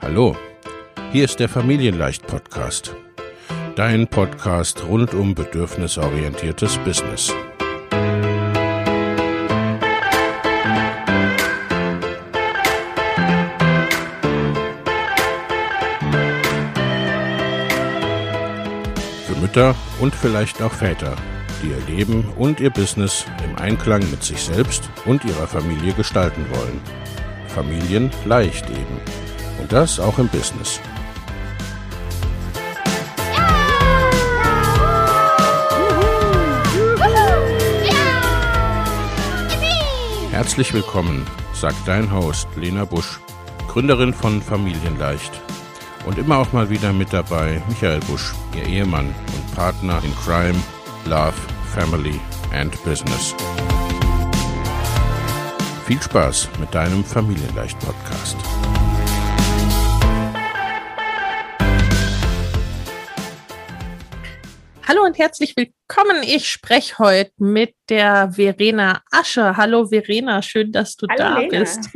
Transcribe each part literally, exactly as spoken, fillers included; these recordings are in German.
Hallo, hier ist der Familienleicht-Podcast. Dein Podcast rund um bedürfnisorientiertes Business. Für Mütter und vielleicht auch Väter, die ihr Leben und ihr Business im Einklang mit sich selbst und ihrer Familie gestalten wollen. Familien leicht eben. Und das auch im Business. Herzlich willkommen, sagt dein Host Lena Busch, Gründerin von Familienleicht. Und immer auch mal wieder mit dabei Michael Busch, ihr Ehemann und Partner in Crime, Love, Family and Business. Viel Spaß mit deinem Familienleicht-Podcast. Hallo und herzlich willkommen. Ich spreche heute mit der Verena Asche. Hallo Verena, schön, dass du Hallo, da Lena. bist.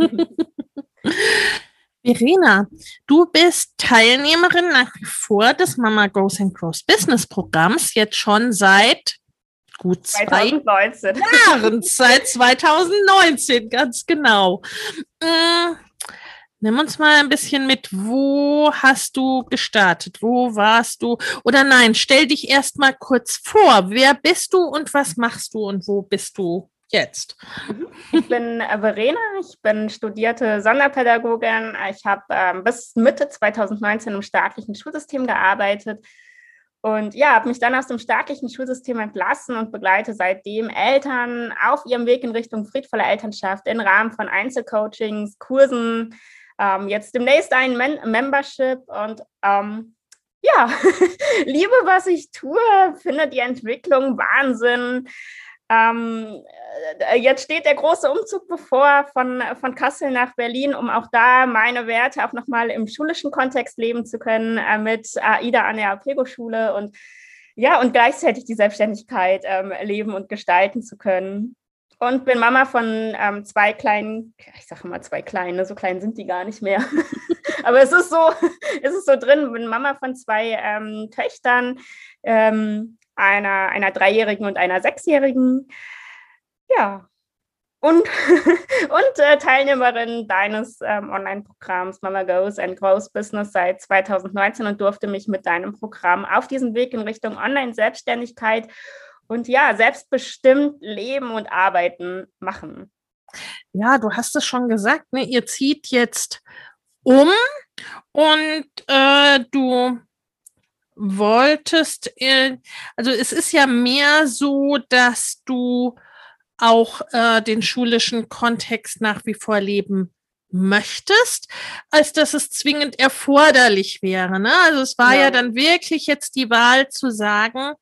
Verena, du bist Teilnehmerin nach wie vor des Mama Goes and Grows Business Programms, jetzt schon seit gut zwei zwanzig neunzehn Jahren, seit zwanzig neunzehn, ganz genau. Hm, nimm uns mal ein bisschen mit, wo hast du gestartet, wo warst du? Oder nein, stell dich erst mal kurz vor, wer bist du und was machst du und wo bist du jetzt? Ich bin Verena, ich bin studierte Sonderpädagogin. Ich habe ähm, bis Mitte zwanzig neunzehn im staatlichen Schulsystem gearbeitet und ja, habe mich dann aus dem staatlichen Schulsystem entlassen und begleite seitdem Eltern auf ihrem Weg in Richtung friedvolle Elternschaft im Rahmen von Einzelcoachings, Kursen, ähm, jetzt demnächst ein Men- Membership und ähm, ja, liebe, was ich tue, finde die Entwicklung Wahnsinn. Ähm, jetzt steht der große Umzug bevor von, von Kassel nach Berlin, um auch da meine Werte auch nochmal im schulischen Kontext leben zu können, äh, mit AIDA an der Apego-Schule und ja, und gleichzeitig die Selbstständigkeit ähm, leben und gestalten zu können. Und bin Mama von ähm, zwei kleinen, ich sage mal zwei kleine, so klein sind die gar nicht mehr. Aber es ist so, es ist so drin, bin Mama von zwei ähm, Töchtern, ähm, einer, einer Dreijährigen und einer Sechsjährigen. Ja, und, und äh, Teilnehmerin deines ähm, Online-Programms Mama Goes and Grows Business seit zwanzig neunzehn und durfte mich mit deinem Programm auf diesen Weg in Richtung Online-Selbstständigkeit und ja, selbstbestimmt leben und arbeiten machen. Ja, du hast es schon gesagt, ne? Ihr zieht jetzt um und äh, du wolltest, äh, also es ist ja mehr so, dass du auch äh, den schulischen Kontext nach wie vor leben möchtest, als dass es zwingend erforderlich wäre. Ne? Also es war ja. ja dann wirklich jetzt die Wahl zu sagen,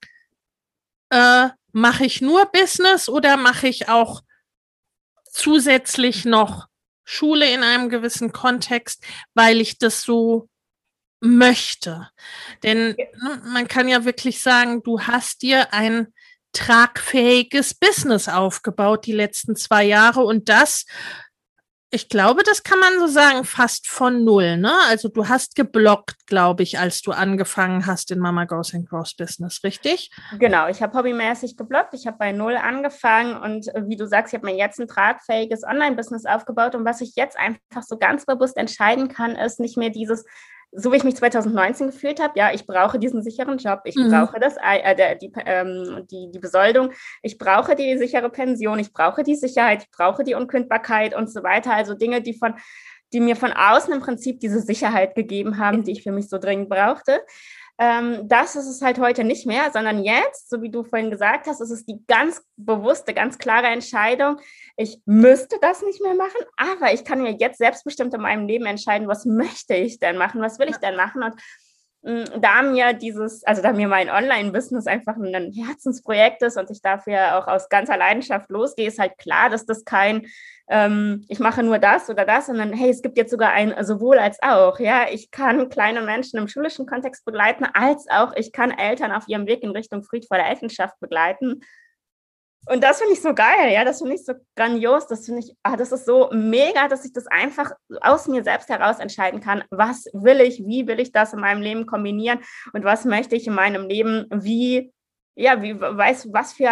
äh, mache ich nur Business oder mache ich auch zusätzlich noch Schule in einem gewissen Kontext, weil ich das so möchte. Denn man kann ja wirklich sagen, du hast dir ein tragfähiges Business aufgebaut die letzten zwei Jahre und das, ich glaube, das kann man so sagen, fast von null. Ne? Also du hast geblockt, glaube ich, als du angefangen hast in Mama Goes and Grows Business, richtig? Genau, ich habe hobbymäßig geblockt, ich habe bei null angefangen und wie du sagst, ich habe mir jetzt ein tragfähiges Online-Business aufgebaut und was ich jetzt einfach so ganz bewusst entscheiden kann, ist nicht mehr dieses, so wie ich mich zwanzig neunzehn gefühlt habe, ja, ich brauche diesen sicheren Job, ich mhm. brauche das, äh, die, ähm, die, die Besoldung, ich brauche die sichere Pension, ich brauche die Sicherheit, ich brauche die Unkündbarkeit und so weiter. Also Dinge, die von, die mir von außen im Prinzip diese Sicherheit gegeben haben, die ich für mich so dringend brauchte. Ähm, das ist es halt heute nicht mehr, sondern jetzt, so wie du vorhin gesagt hast, ist es die ganz bewusste, ganz klare Entscheidung, ich müsste das nicht mehr machen, aber ich kann mir jetzt selbstbestimmt in meinem Leben entscheiden, was möchte ich denn machen, was will ich denn machen und mh, da mir dieses, also da mir mein Online-Business einfach ein Herzensprojekt ist und ich dafür auch aus ganzer Leidenschaft losgehe, ist halt klar, dass das kein ähm, ich mache nur das oder das, sondern hey, es gibt jetzt sogar ein sowohl als auch, ja, ich kann kleine Menschen im schulischen Kontext begleiten, als auch ich kann Eltern auf ihrem Weg in Richtung friedvolle Elternschaft begleiten Und das finde ich so geil, ja, das finde ich so grandios, das finde ich, ah, das ist so mega, dass ich das einfach aus mir selbst heraus entscheiden kann, was will ich, wie will ich das in meinem Leben kombinieren und was möchte ich in meinem Leben, wie, ja, wie, weiß, was für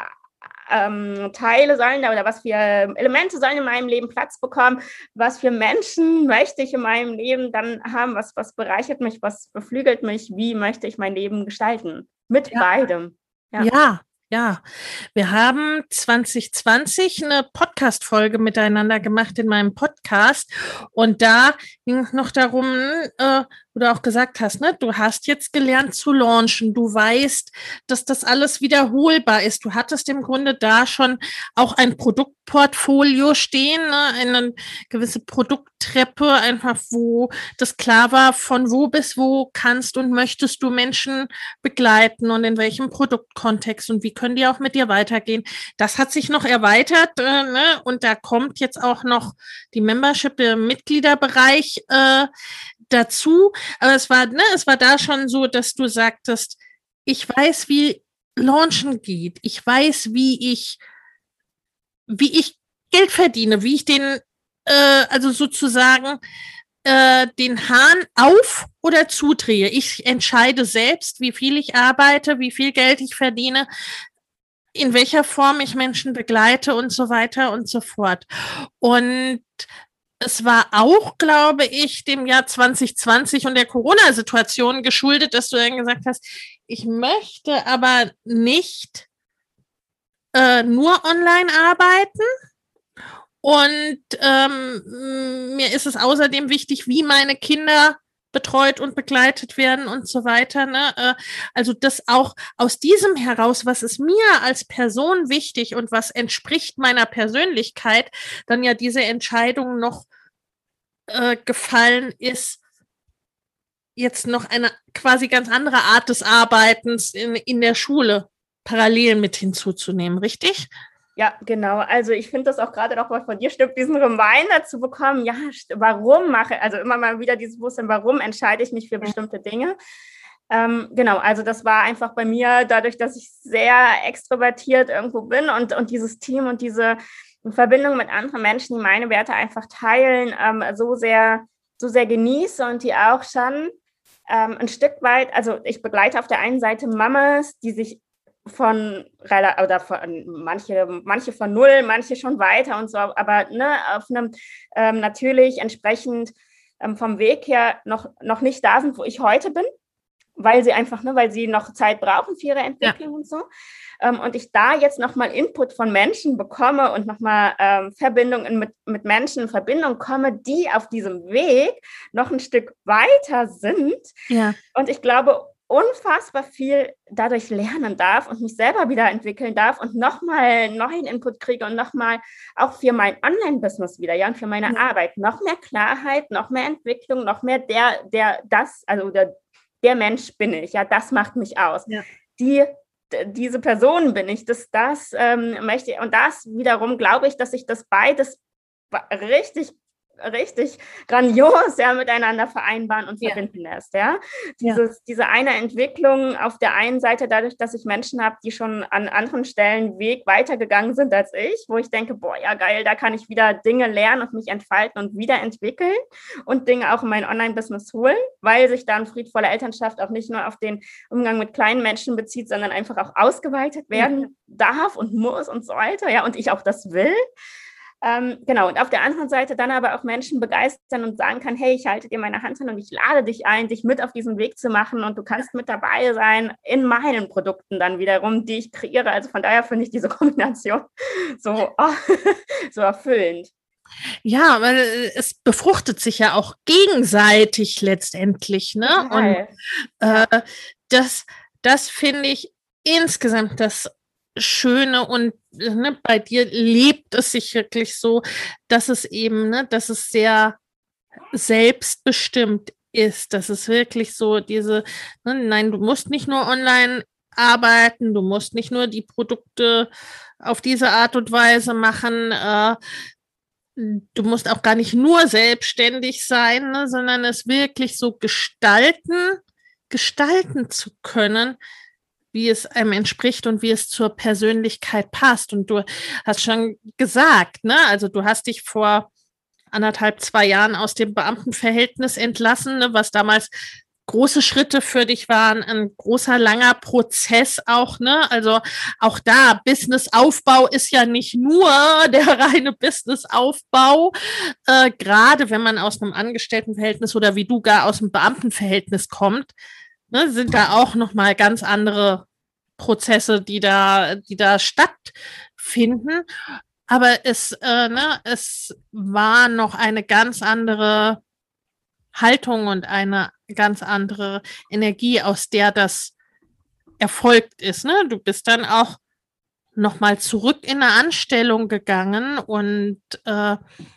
ähm, Teile sollen da oder was für Elemente sollen in meinem Leben Platz bekommen, was für Menschen möchte ich in meinem Leben dann haben, was, was bereichert mich, was beflügelt mich, wie möchte ich mein Leben gestalten, mit ja. beidem. Ja. ja. Ja, wir haben zwanzig zwanzig eine Podcast-Folge miteinander gemacht in meinem Podcast und da ging es noch darum, äh, wo du auch gesagt hast, ne, du hast jetzt gelernt zu launchen, du weißt, dass das alles wiederholbar ist. Du hattest im Grunde da schon auch ein Produktportfolio stehen, ne, eine gewisse Produkttreppe, einfach wo das klar war, von wo bis wo kannst und möchtest du Menschen begleiten und in welchem Produktkontext und wie können die auch mit dir weitergehen. Das hat sich noch erweitert, äh, ne? Und da kommt jetzt auch noch die Membership, der Mitgliederbereich äh, dazu. Aber es war, ne, es war da schon so, dass du sagtest, ich weiß, wie Launchen geht. Ich weiß, wie ich, wie ich Geld verdiene, wie ich den, äh, also sozusagen äh, den Hahn auf oder zudrehe. Ich entscheide selbst, wie viel ich arbeite, wie viel Geld ich verdiene, in welcher Form ich Menschen begleite und so weiter und so fort. Und es war auch, glaube ich, dem Jahr zwanzig zwanzig und der Corona-Situation geschuldet, dass du dann gesagt hast, ich möchte aber nicht äh, nur online arbeiten. Und ähm, mir ist es außerdem wichtig, wie meine Kinder betreut und begleitet werden und so weiter. Ne? Also das auch aus diesem heraus, was ist mir als Person wichtig und was entspricht meiner Persönlichkeit, dann ja diese Entscheidung noch äh, gefallen ist, jetzt noch eine quasi ganz andere Art des Arbeitens in, in der Schule parallel mit hinzuzunehmen, richtig? Ja, genau. Also ich finde das auch gerade noch mal von dir stimmt, diesen Reminder zu bekommen, ja, warum mache, also immer mal wieder dieses Bewusstsein, warum entscheide ich mich für bestimmte Dinge. Ähm, genau, also das war einfach bei mir, dadurch, dass ich sehr extrovertiert irgendwo bin und, und dieses Team und diese Verbindung mit anderen Menschen, die meine Werte einfach teilen, ähm, so sehr, so sehr genieße und die auch schon ähm, ein Stück weit, also ich begleite auf der einen Seite Mamas, die sich von oder von manche, manche von null, manche schon weiter und so, aber ne, auf einem ähm, natürlich entsprechend ähm, vom Weg her noch, noch nicht da sind, wo ich heute bin, weil sie einfach, ne, weil sie noch Zeit brauchen für ihre Entwicklung ja. und so. Ähm, und ich da jetzt nochmal Input von Menschen bekomme und nochmal ähm, Verbindungen mit, mit Menschen in Verbindung komme, die auf diesem Weg noch ein Stück weiter sind. Ja. Und ich glaube, unfassbar viel dadurch lernen darf und mich selber wieder entwickeln darf und nochmal neuen Input kriege und nochmal auch für mein Online-Business wieder, ja, und für meine ja. Arbeit noch mehr Klarheit, noch mehr Entwicklung, noch mehr der, der, das, also der, der Mensch bin ich, ja, das macht mich aus. Ja. Die, diese Person bin ich, das, das ähm, möchte ich, und das wiederum glaube ich, dass ich das beides richtig richtig grandios ja miteinander vereinbaren und verbinden ja. lässt. Ja? Dieses, ja. Diese eine Entwicklung auf der einen Seite dadurch, dass ich Menschen habe, die schon an anderen Stellen Weg weitergegangen sind als ich, wo ich denke, boah, ja geil, da kann ich wieder Dinge lernen und mich entfalten und wieder entwickeln und Dinge auch in mein Online-Business holen, weil sich dann friedvolle Elternschaft auch nicht nur auf den Umgang mit kleinen Menschen bezieht, sondern einfach auch ausgeweitet werden ja. darf und muss und sollte, ja, und ich auch das will. Ähm, genau, und auf der anderen Seite dann aber auch Menschen begeistern und sagen kann, hey, ich halte dir meine Hand hin und ich lade dich ein, dich mit auf diesen Weg zu machen und du kannst mit dabei sein in meinen Produkten dann wiederum, die ich kreiere. Also von daher finde ich diese Kombination so, oh, so erfüllend. Ja, weil es befruchtet sich ja auch gegenseitig letztendlich, ne? Und äh, das, das finde ich insgesamt das Schöne und ne, bei dir lebt es sich wirklich so, dass es eben, ne, dass es sehr selbstbestimmt ist, dass es wirklich so diese, ne, nein, du musst nicht nur online arbeiten, du musst nicht nur die Produkte auf diese Art und Weise machen, äh, du musst auch gar nicht nur selbstständig sein, ne, sondern es wirklich so gestalten, gestalten zu können, wie es einem entspricht und wie es zur Persönlichkeit passt. Und du hast schon gesagt, ne, also du hast dich vor anderthalb, zwei Jahren aus dem Beamtenverhältnis entlassen, ne, was damals große Schritte für dich waren, ein großer, langer Prozess auch, ne? Also auch da, Businessaufbau ist ja nicht nur der reine Businessaufbau, äh, gerade wenn man aus einem Angestelltenverhältnis oder wie du gar aus dem Beamtenverhältnis kommt, ne, sind da auch nochmal ganz andere Prozesse, die da, die da stattfinden. Aber es, äh, ne, es war noch eine ganz andere Haltung und eine ganz andere Energie, aus der das erfolgt ist. Ne? Du bist dann auch nochmal zurück in eine Anstellung gegangen und äh,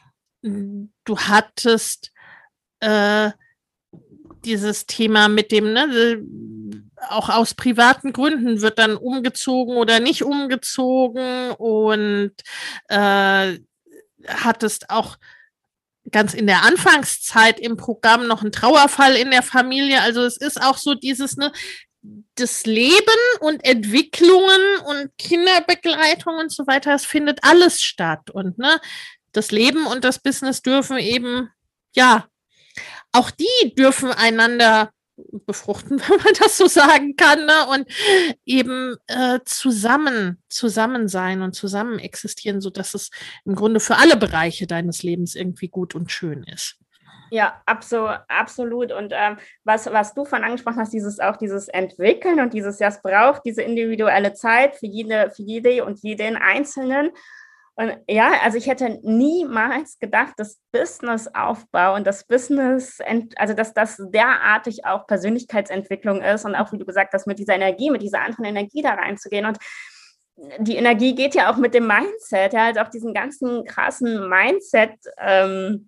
du hattest äh, dieses Thema mit dem, ne, auch aus privaten Gründen wird dann umgezogen oder nicht umgezogen und äh, hattest auch ganz in der Anfangszeit im Programm noch ein Trauerfall in der Familie. Also es ist auch so dieses, ne, das Leben und Entwicklungen und Kinderbegleitung und so weiter, es findet alles statt. Und ne, das Leben und das Business dürfen eben, ja, auch die dürfen einander befruchten, wenn man das so sagen kann, ne? Und eben äh, zusammen, zusammen sein und zusammen existieren, sodass es im Grunde für alle Bereiche deines Lebens irgendwie gut und schön ist. Ja, absolut, absolut. Und ähm, was, was du von angesprochen hast, dieses auch dieses Entwickeln und dieses, ja, es braucht diese individuelle Zeit für jede, für jede und jeden Einzelnen. Und ja, also ich hätte niemals gedacht, dass Businessaufbau und das Business, also dass das derartig auch Persönlichkeitsentwicklung ist und auch, wie du gesagt hast, mit dieser Energie, mit dieser anderen Energie da reinzugehen. Und die Energie geht ja auch mit dem Mindset, ja, also auch diesen ganzen krassen Mindset, ähm,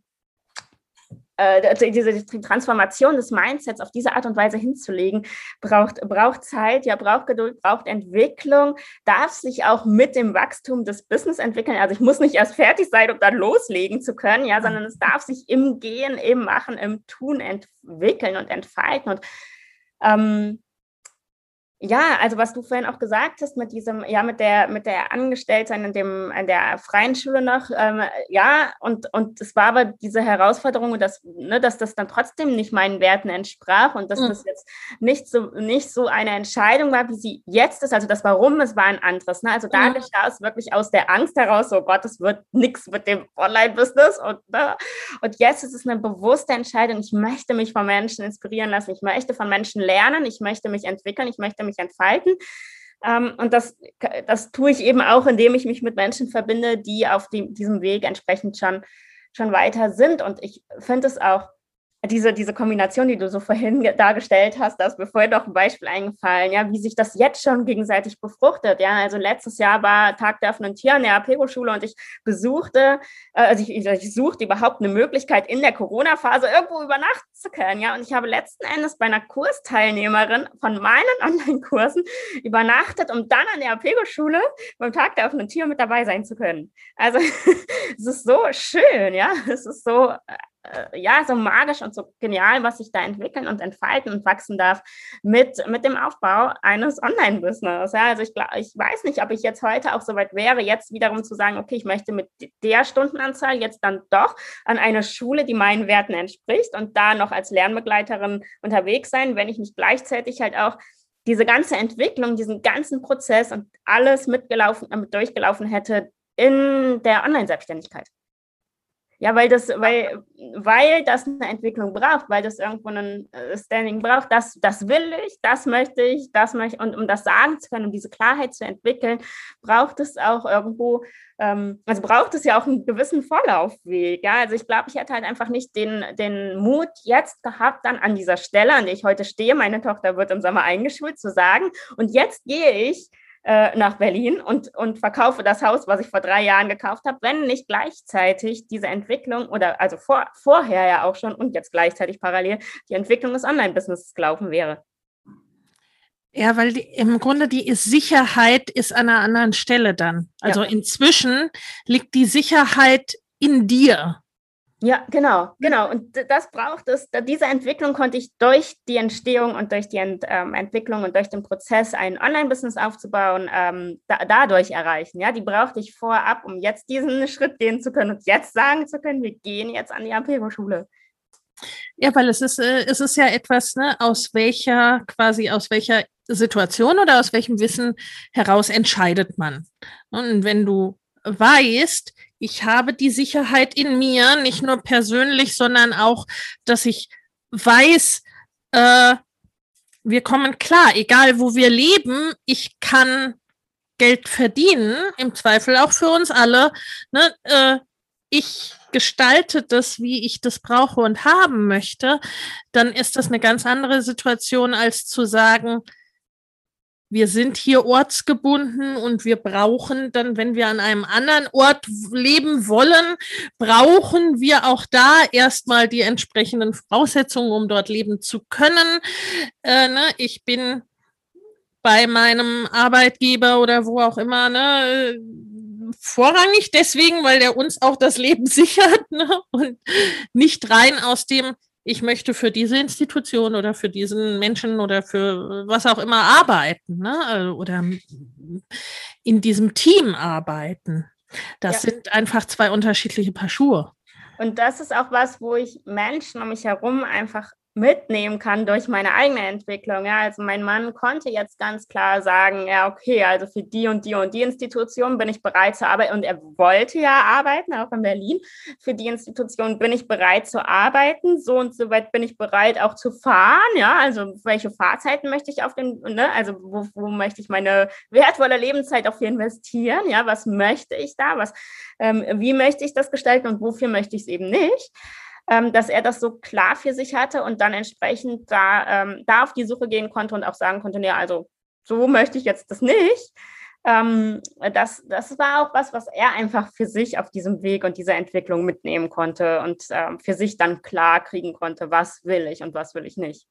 äh, diese die Transformation des Mindsets auf diese Art und Weise hinzulegen, braucht, braucht Zeit, ja, braucht Geduld, braucht Entwicklung, darf sich auch mit dem Wachstum des Business entwickeln. Also ich muss nicht erst fertig sein, um dann loslegen zu können, ja, sondern es darf sich im Gehen, im Machen, im Tun entwickeln und entfalten. Und ähm, ja, also was du vorhin auch gesagt hast mit diesem, ja, mit der, mit der Angestelltsein in dem, in der freien Schule noch, ähm, ja, und, und es war aber diese Herausforderung, dass, ne, dass das dann trotzdem nicht meinen Werten entsprach und dass mhm. das jetzt nicht so, nicht so eine Entscheidung war, wie sie jetzt ist, also das Warum, es war ein anderes, ne, also da mhm. geschah es wirklich aus der Angst heraus, oh Gott, es wird nichts mit dem Online-Business und, ne, und jetzt ist es eine bewusste Entscheidung, ich möchte mich von Menschen inspirieren lassen, ich möchte von Menschen lernen, ich möchte mich entwickeln, ich möchte mich entfalten. Ähm, und das, das tue ich eben auch, indem ich mich mit Menschen verbinde, die auf dem, diesem Weg entsprechend schon, schon weiter sind. Und ich finde es auch, diese, diese Kombination, die du so vorhin dargestellt hast, da ist mir vorhin noch ein Beispiel eingefallen, ja, wie sich das jetzt schon gegenseitig befruchtet. Ja, also letztes Jahr war Tag der offenen Tür an der Apego-Schule und ich besuchte, äh, also ich, ich suchte überhaupt eine Möglichkeit, in der Corona-Phase irgendwo übernachten zu können. Ja, und ich habe letzten Endes bei einer Kursteilnehmerin von meinen Online-Kursen übernachtet, um dann an der Apego-Schule beim Tag der offenen Tür mit dabei sein zu können. Also es ist so schön, ja, es ist so ja, so magisch und so genial, was sich da entwickeln und entfalten und wachsen darf mit, mit dem Aufbau eines Online-Business. Ja, also ich, glaub, ich weiß nicht, ob ich jetzt heute auch so weit wäre, jetzt wiederum zu sagen, okay, ich möchte mit der Stundenanzahl jetzt dann doch an eine Schule, die meinen Werten entspricht und da noch als Lernbegleiterin unterwegs sein, wenn ich nicht gleichzeitig halt auch diese ganze Entwicklung, diesen ganzen Prozess und alles mitgelaufen, mit durchgelaufen hätte in der Online-Selbstständigkeit. Ja, weil das, weil, weil das eine Entwicklung braucht, weil das irgendwo ein Standing braucht, das, das will ich, das möchte ich, das möchte ich. Und um das sagen zu können, um diese Klarheit zu entwickeln, braucht es auch irgendwo, ähm, also braucht es ja auch einen gewissen Vorlaufweg. Ja, also ich glaube, ich hätte halt einfach nicht den, den Mut jetzt gehabt, dann an dieser Stelle, an der ich heute stehe, meine Tochter wird im Sommer eingeschult, zu sagen, und jetzt gehe ich nach Berlin und, und verkaufe das Haus, was ich vor drei Jahren gekauft habe, wenn nicht gleichzeitig diese Entwicklung oder also vor, vorher ja auch schon und jetzt gleichzeitig parallel die Entwicklung des Online-Businesses gelaufen wäre. Ja, weil die, im Grunde die Sicherheit ist an einer anderen Stelle dann. Also ja. Inzwischen liegt die Sicherheit in dir. Ja, genau, genau. Und das braucht es, diese Entwicklung konnte ich durch die Entstehung und durch die Ent, ähm, Entwicklung und durch den Prozess, ein Online-Business aufzubauen, ähm, da, dadurch erreichen. Ja, die brauchte ich vorab, um jetzt diesen Schritt gehen zu können und jetzt sagen zu können, wir gehen jetzt an die Ampero-Schule. Ja, weil es ist, äh, es ist ja etwas, ne, aus welcher, quasi aus welcher Situation oder aus welchem Wissen heraus entscheidet man. Und wenn du weißt, ich habe die Sicherheit in mir, nicht nur persönlich, sondern auch, dass ich weiß, äh, wir kommen klar, egal wo wir leben, ich kann Geld verdienen, im Zweifel auch für uns alle. Ne? Äh, ich gestalte das, wie ich das brauche und haben möchte, dann ist das eine ganz andere Situation, als zu sagen, wir sind hier ortsgebunden und wir brauchen dann, wenn wir an einem anderen Ort leben wollen, brauchen wir auch da erstmal die entsprechenden Voraussetzungen, um dort leben zu können. Äh, ne? Ich bin bei meinem Arbeitgeber oder wo auch immer, ne, vorrangig deswegen, weil der uns auch das Leben sichert, ne? Und nicht rein aus dem, ich möchte für diese Institution oder für diesen Menschen oder für was auch immer arbeiten, ne? Oder in diesem Team arbeiten. Das ja. sind einfach zwei unterschiedliche Paar Schuhe. Und das ist auch was, wo ich Menschen um mich herum einfach mitnehmen kann durch meine eigene Entwicklung. Ja, also mein Mann konnte jetzt ganz klar sagen, ja, okay, also für die und die und die Institution bin ich bereit zu arbeiten. Und er wollte ja arbeiten, auch in Berlin. Für die Institution bin ich bereit zu arbeiten. So und so weit bin ich bereit auch zu fahren. Ja, also welche Fahrzeiten möchte ich auf den, ne, also wo, wo möchte ich meine wertvolle Lebenszeit auch für investieren? Ja, was möchte ich da? Was, ähm, wie möchte ich das gestalten und wofür möchte ich es eben nicht? Ähm, dass er das so klar für sich hatte und dann entsprechend da, ähm, da auf die Suche gehen konnte und auch sagen konnte, ja, also so möchte ich jetzt das nicht. Ähm, das, das war auch was, was er einfach für sich auf diesem Weg und dieser Entwicklung mitnehmen konnte und ähm, für sich dann klar kriegen konnte, was will ich und was will ich nicht.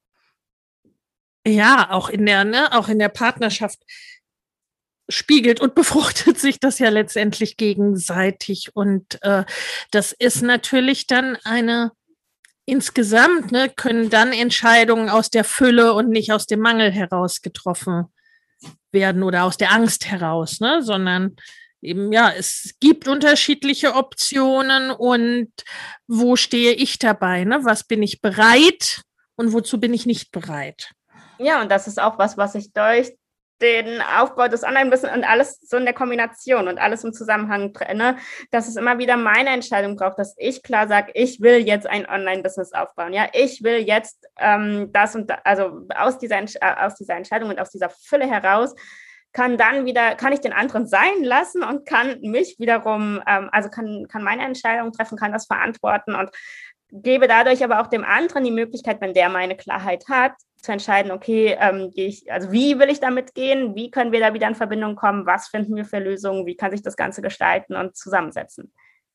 Ja, auch in der, ne, auch in der Partnerschaft spiegelt und befruchtet sich das ja letztendlich gegenseitig. Und äh, das ist natürlich dann eine, insgesamt ne, können dann Entscheidungen aus der Fülle und nicht aus dem Mangel heraus getroffen werden oder aus der Angst heraus, ne, sondern eben, ja, es gibt unterschiedliche Optionen und wo stehe ich dabei, ne? Was bin ich bereit und wozu bin ich nicht bereit? Ja, und das ist auch was, was ich durch den Aufbau des Online-Business und alles so in der Kombination und alles im Zusammenhang trenne, dass es immer wieder meine Entscheidung braucht, dass ich klar sage, ich will jetzt ein Online-Business aufbauen. Ja, ich will jetzt ähm, das und da, also aus dieser, aus dieser Entscheidung und aus dieser Fülle heraus kann dann wieder, kann ich den anderen sein lassen und kann mich wiederum, ähm, also kann, kann meine Entscheidung treffen, kann das verantworten und gebe dadurch aber auch dem anderen die Möglichkeit, wenn der meine Klarheit hat, zu entscheiden, okay, ähm, gehe ich, also wie will ich damit gehen, wie können wir da wieder in Verbindung kommen, was finden wir für Lösungen, wie kann sich das Ganze gestalten und zusammensetzen.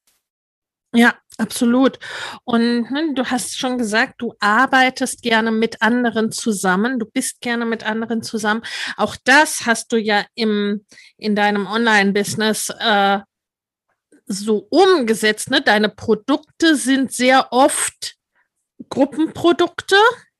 Ja, absolut. Und ne, du hast schon gesagt, du arbeitest gerne mit anderen zusammen, du bist gerne mit anderen zusammen. Auch das hast du ja im, in deinem Online-Business äh, so umgesetzt. Ne? Deine Produkte sind sehr oft Gruppenprodukte.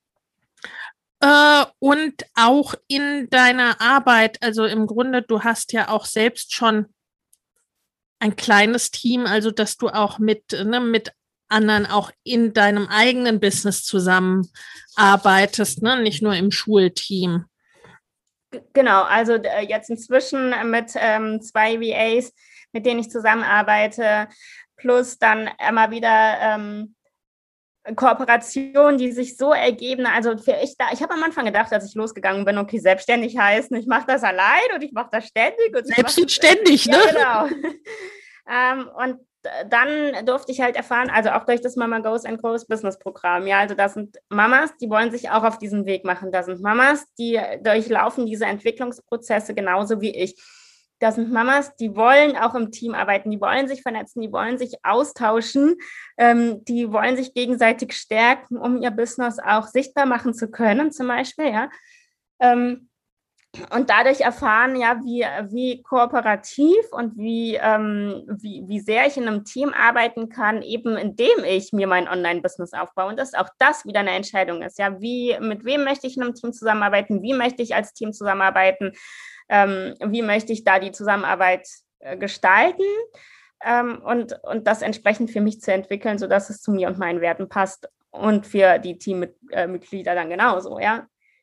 Äh, und auch in deiner Arbeit, also im Grunde, du hast ja auch selbst schon ein kleines Team, also dass du auch mit, ne, mit anderen auch in deinem eigenen Business zusammenarbeitest, ne? Nicht nur im Schulteam. Genau, also äh, jetzt inzwischen mit ähm, zwei V As, mit denen ich zusammenarbeite, plus dann immer wieder ähm, Kooperationen, die sich so ergeben, also für ich da, ich habe am Anfang gedacht, als ich losgegangen bin, okay, selbstständig heißt, ich mache das allein und ich mache das ständig. Und Selbst und ständig, ne? Ja, genau. ähm, und dann durfte ich halt erfahren, also auch durch das Mama Goes and Grows Business Programm, ja, also das sind Mamas, die wollen sich auch auf diesen Weg machen, das sind Mamas, die durchlaufen diese Entwicklungsprozesse genauso wie ich. Das sind Mamas, die wollen auch im Team arbeiten, die wollen sich vernetzen, die wollen sich austauschen, ähm, die wollen sich gegenseitig stärken, um ihr Business auch sichtbar machen zu können, zum Beispiel, ja. Ähm, und dadurch erfahren, ja, wie, wie kooperativ und wie, ähm, wie, wie sehr ich in einem Team arbeiten kann, eben indem ich mir mein Online-Business aufbaue. Und dass auch das wieder eine Entscheidung ist. Ja, wie, mit wem möchte ich in einem Team zusammenarbeiten? Wie möchte ich als Team zusammenarbeiten? Ähm, wie möchte ich da die Zusammenarbeit äh, gestalten? Ähm, und, und das entsprechend für mich zu entwickeln, sodass es zu mir und meinen Werten passt. Und für die Teammitglieder dann genauso, ja.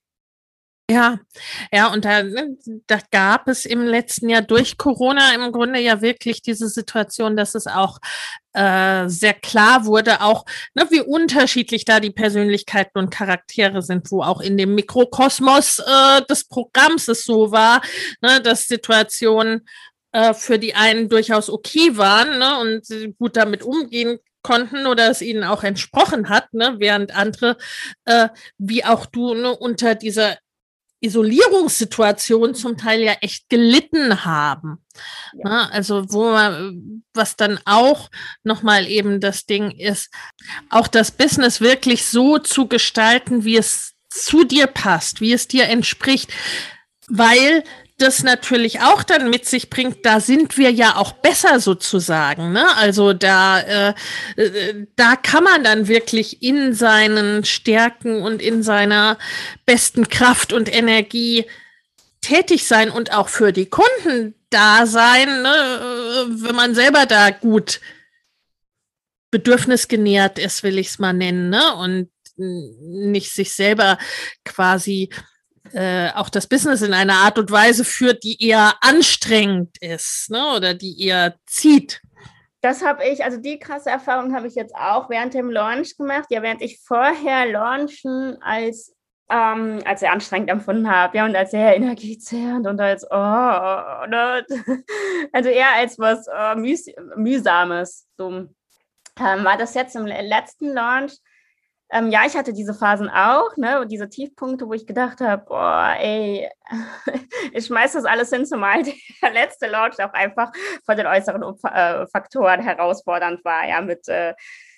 Ja, ja, und da, da gab es im letzten Jahr durch Corona im Grunde ja wirklich diese Situation, dass es auch äh, sehr klar wurde, auch ne, wie unterschiedlich da die Persönlichkeiten und Charaktere sind, wo auch in dem Mikrokosmos äh, des Programms es so war, ne, dass Situationen äh, für die einen durchaus okay waren, ne, und sie gut damit umgehen konnten oder es ihnen auch entsprochen hat, ne, während andere, äh, wie auch du, ne, unter dieser Isolierungssituation zum Teil ja echt gelitten haben. Ja. Ne? Also wo man, was dann auch nochmal eben das Ding ist, auch das Business wirklich so zu gestalten, wie es zu dir passt, wie es dir entspricht, weil das natürlich auch dann mit sich bringt, da sind wir ja auch besser sozusagen, ne? Also da, äh, da kann man dann wirklich in seinen Stärken und in seiner besten Kraft und Energie tätig sein und auch für die Kunden da sein, ne? Wenn man selber da gut bedürfnisgenährt ist, will ich es mal nennen, ne? Und nicht sich selber quasi Äh, auch das Business in einer Art und Weise führt, die eher anstrengend ist, ne? Oder die eher zieht. Das habe ich, also die krasse Erfahrung habe ich jetzt auch während dem Launch gemacht. Ja, während ich vorher Launchen als, ähm, als sehr anstrengend empfunden habe, ja, und als sehr energiezehrend und als, oh, ne? Also eher als was äh, mühs- mühsames. So ähm, war das jetzt im letzten Launch. Ähm, ja, ich hatte diese Phasen auch, ne, und diese Tiefpunkte, wo ich gedacht habe, boah, ey, ich schmeiß das alles hin, zumal der letzte Launch auch einfach von den äußeren äh, Faktoren herausfordernd war, ja, mit äh,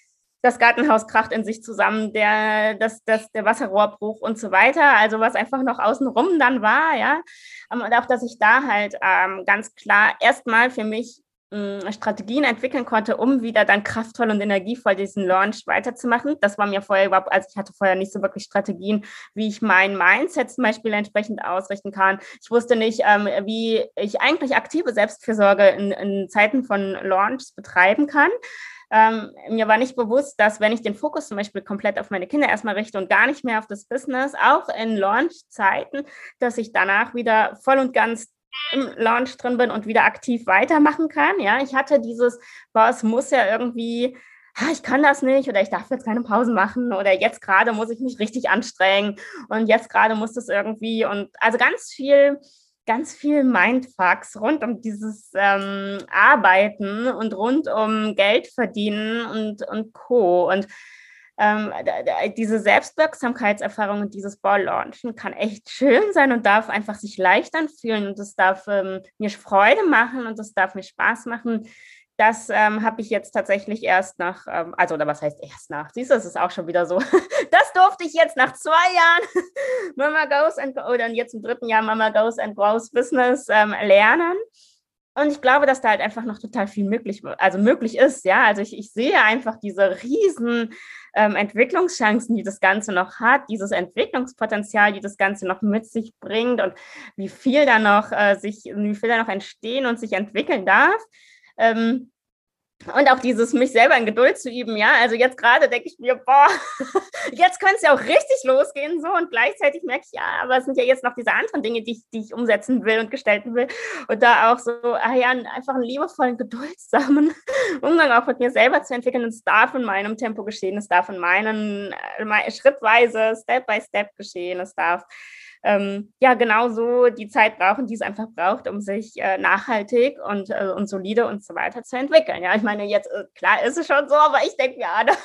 das Gartenhaus kracht in sich zusammen, der, das, das, der Wasserrohrbruch und so weiter, also was einfach noch außenrum dann war, ja, und auch, dass ich da halt ähm, ganz klar erstmal für mich Strategien entwickeln konnte, um wieder dann kraftvoll und energievoll diesen Launch weiterzumachen. Das war mir vorher überhaupt, also ich hatte vorher nicht so wirklich Strategien, wie ich mein Mindset zum Beispiel entsprechend ausrichten kann. Ich wusste nicht, ähm, wie ich eigentlich aktive Selbstfürsorge in, in Zeiten von Launches betreiben kann. Ähm, mir war nicht bewusst, dass wenn ich den Fokus zum Beispiel komplett auf meine Kinder erstmal richte und gar nicht mehr auf das Business, auch in Launch-Zeiten, dass ich danach wieder voll und ganz im Launch drin bin und wieder aktiv weitermachen kann. Ja, ich hatte dieses, boah, es muss ja irgendwie, ich kann das nicht oder ich darf jetzt keine Pausen machen oder jetzt gerade muss ich mich richtig anstrengen und jetzt gerade muss das irgendwie und also ganz viel, ganz viel Mindfucks rund um dieses ähm, Arbeiten und rund um Geld verdienen und, und Co. Und Ähm, diese Selbstwirksamkeitserfahrung und dieses Ball-Launchen kann echt schön sein und darf einfach sich leicht anfühlen und das darf ähm, mir Freude machen und das darf mir Spaß machen. Das ähm, habe ich jetzt tatsächlich erst nach, ähm, also oder was heißt erst nach, siehst du, das ist auch schon wieder so, das durfte ich jetzt nach zwei Jahren Mama Goes and oder jetzt im dritten Jahr Mama Goes and Grows Business ähm, lernen. Und ich glaube, dass da halt einfach noch total viel möglich, also möglich ist, ja. Also ich, ich sehe einfach diese riesen ähm, Entwicklungschancen, die das Ganze noch hat, dieses Entwicklungspotenzial, die das Ganze noch mit sich bringt und wie viel da noch äh, sich, wie viel da noch entstehen und sich entwickeln darf. Ähm, Und auch dieses, mich selber in Geduld zu üben, ja. Also jetzt gerade denke ich mir, boah, jetzt könnte es ja auch richtig losgehen, so. Und gleichzeitig merke ich, ja, aber es sind ja jetzt noch diese anderen Dinge, die ich, die ich umsetzen will und gestalten will. Und da auch so, ah ja, einfach einen liebevollen, geduldsamen Umgang auch mit mir selber zu entwickeln. Und es darf in meinem Tempo geschehen, es darf in meinen, äh, schrittweise, Step by Step geschehen, es darf Ähm, ja, genau so die Zeit brauchen, die es einfach braucht, um sich äh, nachhaltig und, äh, und solide und so weiter zu entwickeln. Ja, ich meine, jetzt, äh, klar ist es schon so, aber ich denke, ja, da,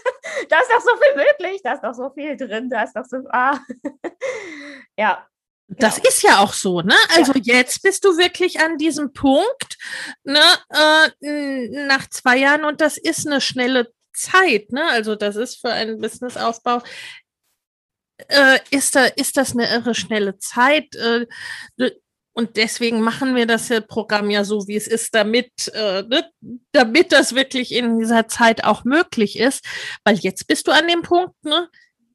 da ist doch so viel möglich, da ist doch so viel drin, da ist doch so, ah, ja. Das genau. Ist ja auch so, ne? Also ja. Jetzt bist du wirklich an diesem Punkt, ne, äh, nach zwei Jahren und das ist eine schnelle Zeit, ne? Also das ist für einen Businessaufbau äh, ist, da, ist das eine irre schnelle Zeit. Äh, und deswegen machen wir das Programm ja so, wie es ist, damit, äh, ne, damit das wirklich in dieser Zeit auch möglich ist. Weil jetzt bist du an dem Punkt, ne?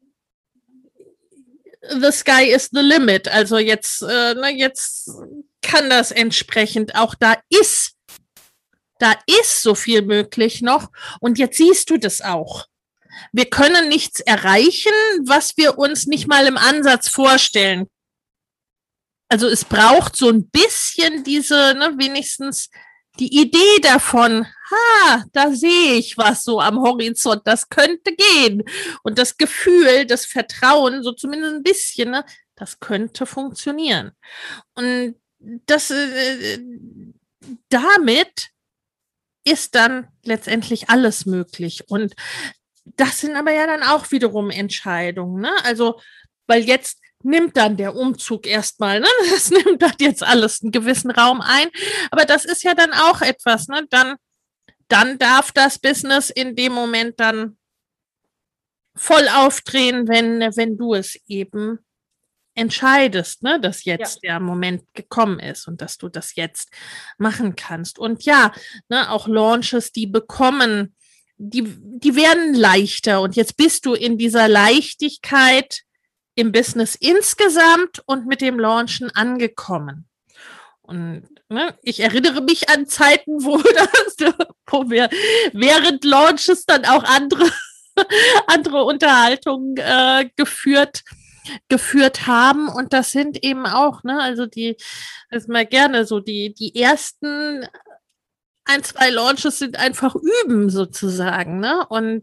The sky is the limit. Also jetzt, äh, ne, jetzt kann das entsprechend auch, da ist, da ist so viel möglich noch. Und jetzt siehst du das auch. Wir können nichts erreichen, was wir uns nicht mal im Ansatz vorstellen. Also es braucht so ein bisschen diese, ne, wenigstens die Idee davon, ha, da sehe ich was so am Horizont, das könnte gehen. Und das Gefühl, das Vertrauen, so zumindest ein bisschen, ne, das könnte funktionieren. Und das, äh, damit ist dann letztendlich alles möglich. Und das sind aber ja dann auch wiederum Entscheidungen, ne? Also, weil jetzt nimmt dann der Umzug erstmal, ne? Das nimmt dann jetzt alles einen gewissen Raum ein. Aber das ist ja dann auch etwas, ne? Dann, dann darf das Business in dem Moment dann voll aufdrehen, wenn, wenn du es eben entscheidest, ne, dass jetzt ja. der Moment gekommen ist und dass du das jetzt machen kannst. Und ja, ne, auch Launches, die bekommen, die, die werden leichter. Und jetzt bist du in dieser Leichtigkeit im Business insgesamt und mit dem Launchen angekommen. Und ne, ich erinnere mich an Zeiten, wo, das, wo wir während Launches dann auch andere, andere Unterhaltungen äh, geführt geführt haben. Und das sind eben auch, ne, also die, das ist mal gerne so, die, die ersten ein, zwei Launches sind einfach üben sozusagen, ne? Und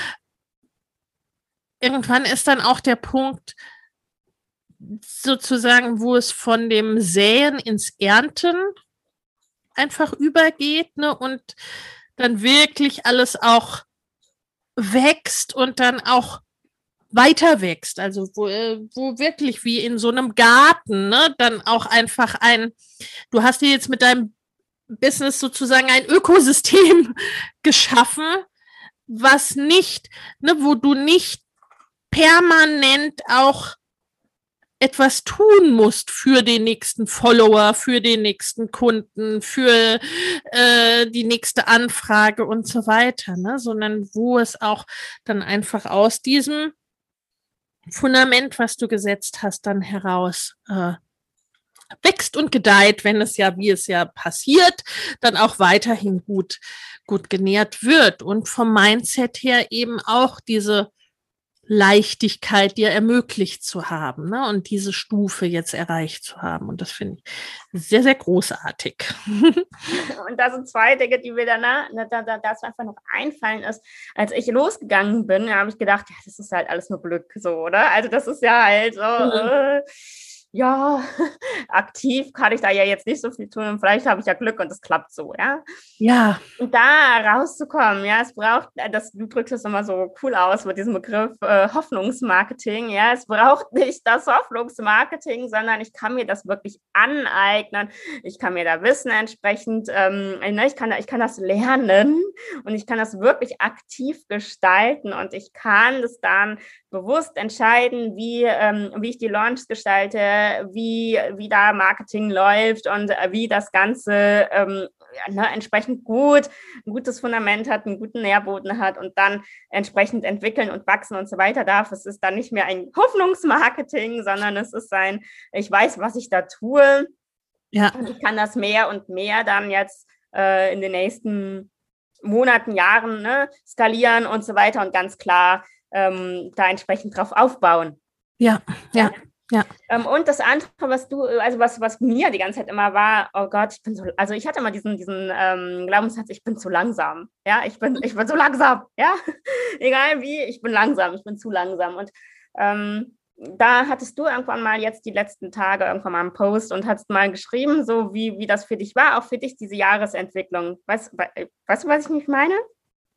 irgendwann ist dann auch der Punkt sozusagen, wo es von dem Säen ins Ernten einfach übergeht, ne? Und dann wirklich alles auch wächst und dann auch weiter wächst, also wo, wo wirklich wie in so einem Garten, ne, dann auch einfach ein, du hast dir jetzt mit deinem Business sozusagen ein Ökosystem geschaffen, was nicht, ne, wo du nicht permanent auch etwas tun musst für den nächsten Follower, für den nächsten Kunden, für äh, die nächste Anfrage und so weiter, ne, sondern wo es auch dann einfach aus diesem Fundament, was du gesetzt hast, dann heraus äh, wächst und gedeiht, wenn es ja, wie es ja passiert, dann auch weiterhin gut, gut genährt wird und vom Mindset her eben auch diese Leichtigkeit dir ermöglicht zu haben, ne? Und diese Stufe jetzt erreicht zu haben. Und das finde ich sehr, sehr großartig. Und da sind zwei Dinge, die mir danach, da, da, das einfach noch einfallen ist. Als ich losgegangen bin, habe ich gedacht, ja, das ist halt alles nur Glück, so, oder? Also das ist ja halt so, mhm. äh, ja, aktiv kann ich da ja jetzt nicht so viel tun und vielleicht habe ich ja Glück und es klappt so, ja. Ja. Und da rauszukommen, ja, es braucht, das, du drückst es immer so cool aus mit diesem Begriff äh, Hoffnungsmarketing, ja, es braucht nicht das Hoffnungsmarketing, sondern ich kann mir das wirklich aneignen, ich kann mir da Wissen entsprechend, ähm, ne, ich kann, ich kann das lernen und ich kann das wirklich aktiv gestalten und ich kann das dann bewusst entscheiden, wie, ähm, wie ich die Launch gestalte, wie, wie da Marketing läuft und äh, wie das Ganze ähm, ja, ne, entsprechend gut, ein gutes Fundament hat, einen guten Nährboden hat und dann entsprechend entwickeln und wachsen und so weiter darf. Es ist dann nicht mehr ein Hoffnungsmarketing, sondern es ist ein, ich weiß, was ich da tue. Ja. Und ich kann das mehr und mehr dann jetzt äh, in den nächsten Monaten, Jahren ne, skalieren und so weiter und ganz klar ähm, da entsprechend drauf aufbauen. Ja, ja. Ja. Ähm, und das andere, was du, also was, was mir die ganze Zeit immer war, oh Gott, ich bin so, also ich hatte immer diesen, diesen ähm, Glaubenssatz, ich bin zu langsam. Ja, ich bin, ich bin so langsam, ja. Egal wie, ich bin langsam, ich bin zu langsam. Und ähm, da hattest du irgendwann mal jetzt die letzten Tage irgendwann mal einen Post und hast mal geschrieben, so wie, wie das für dich war, auch für dich diese Jahresentwicklung. Weißt, weißt du, was ich nicht meine?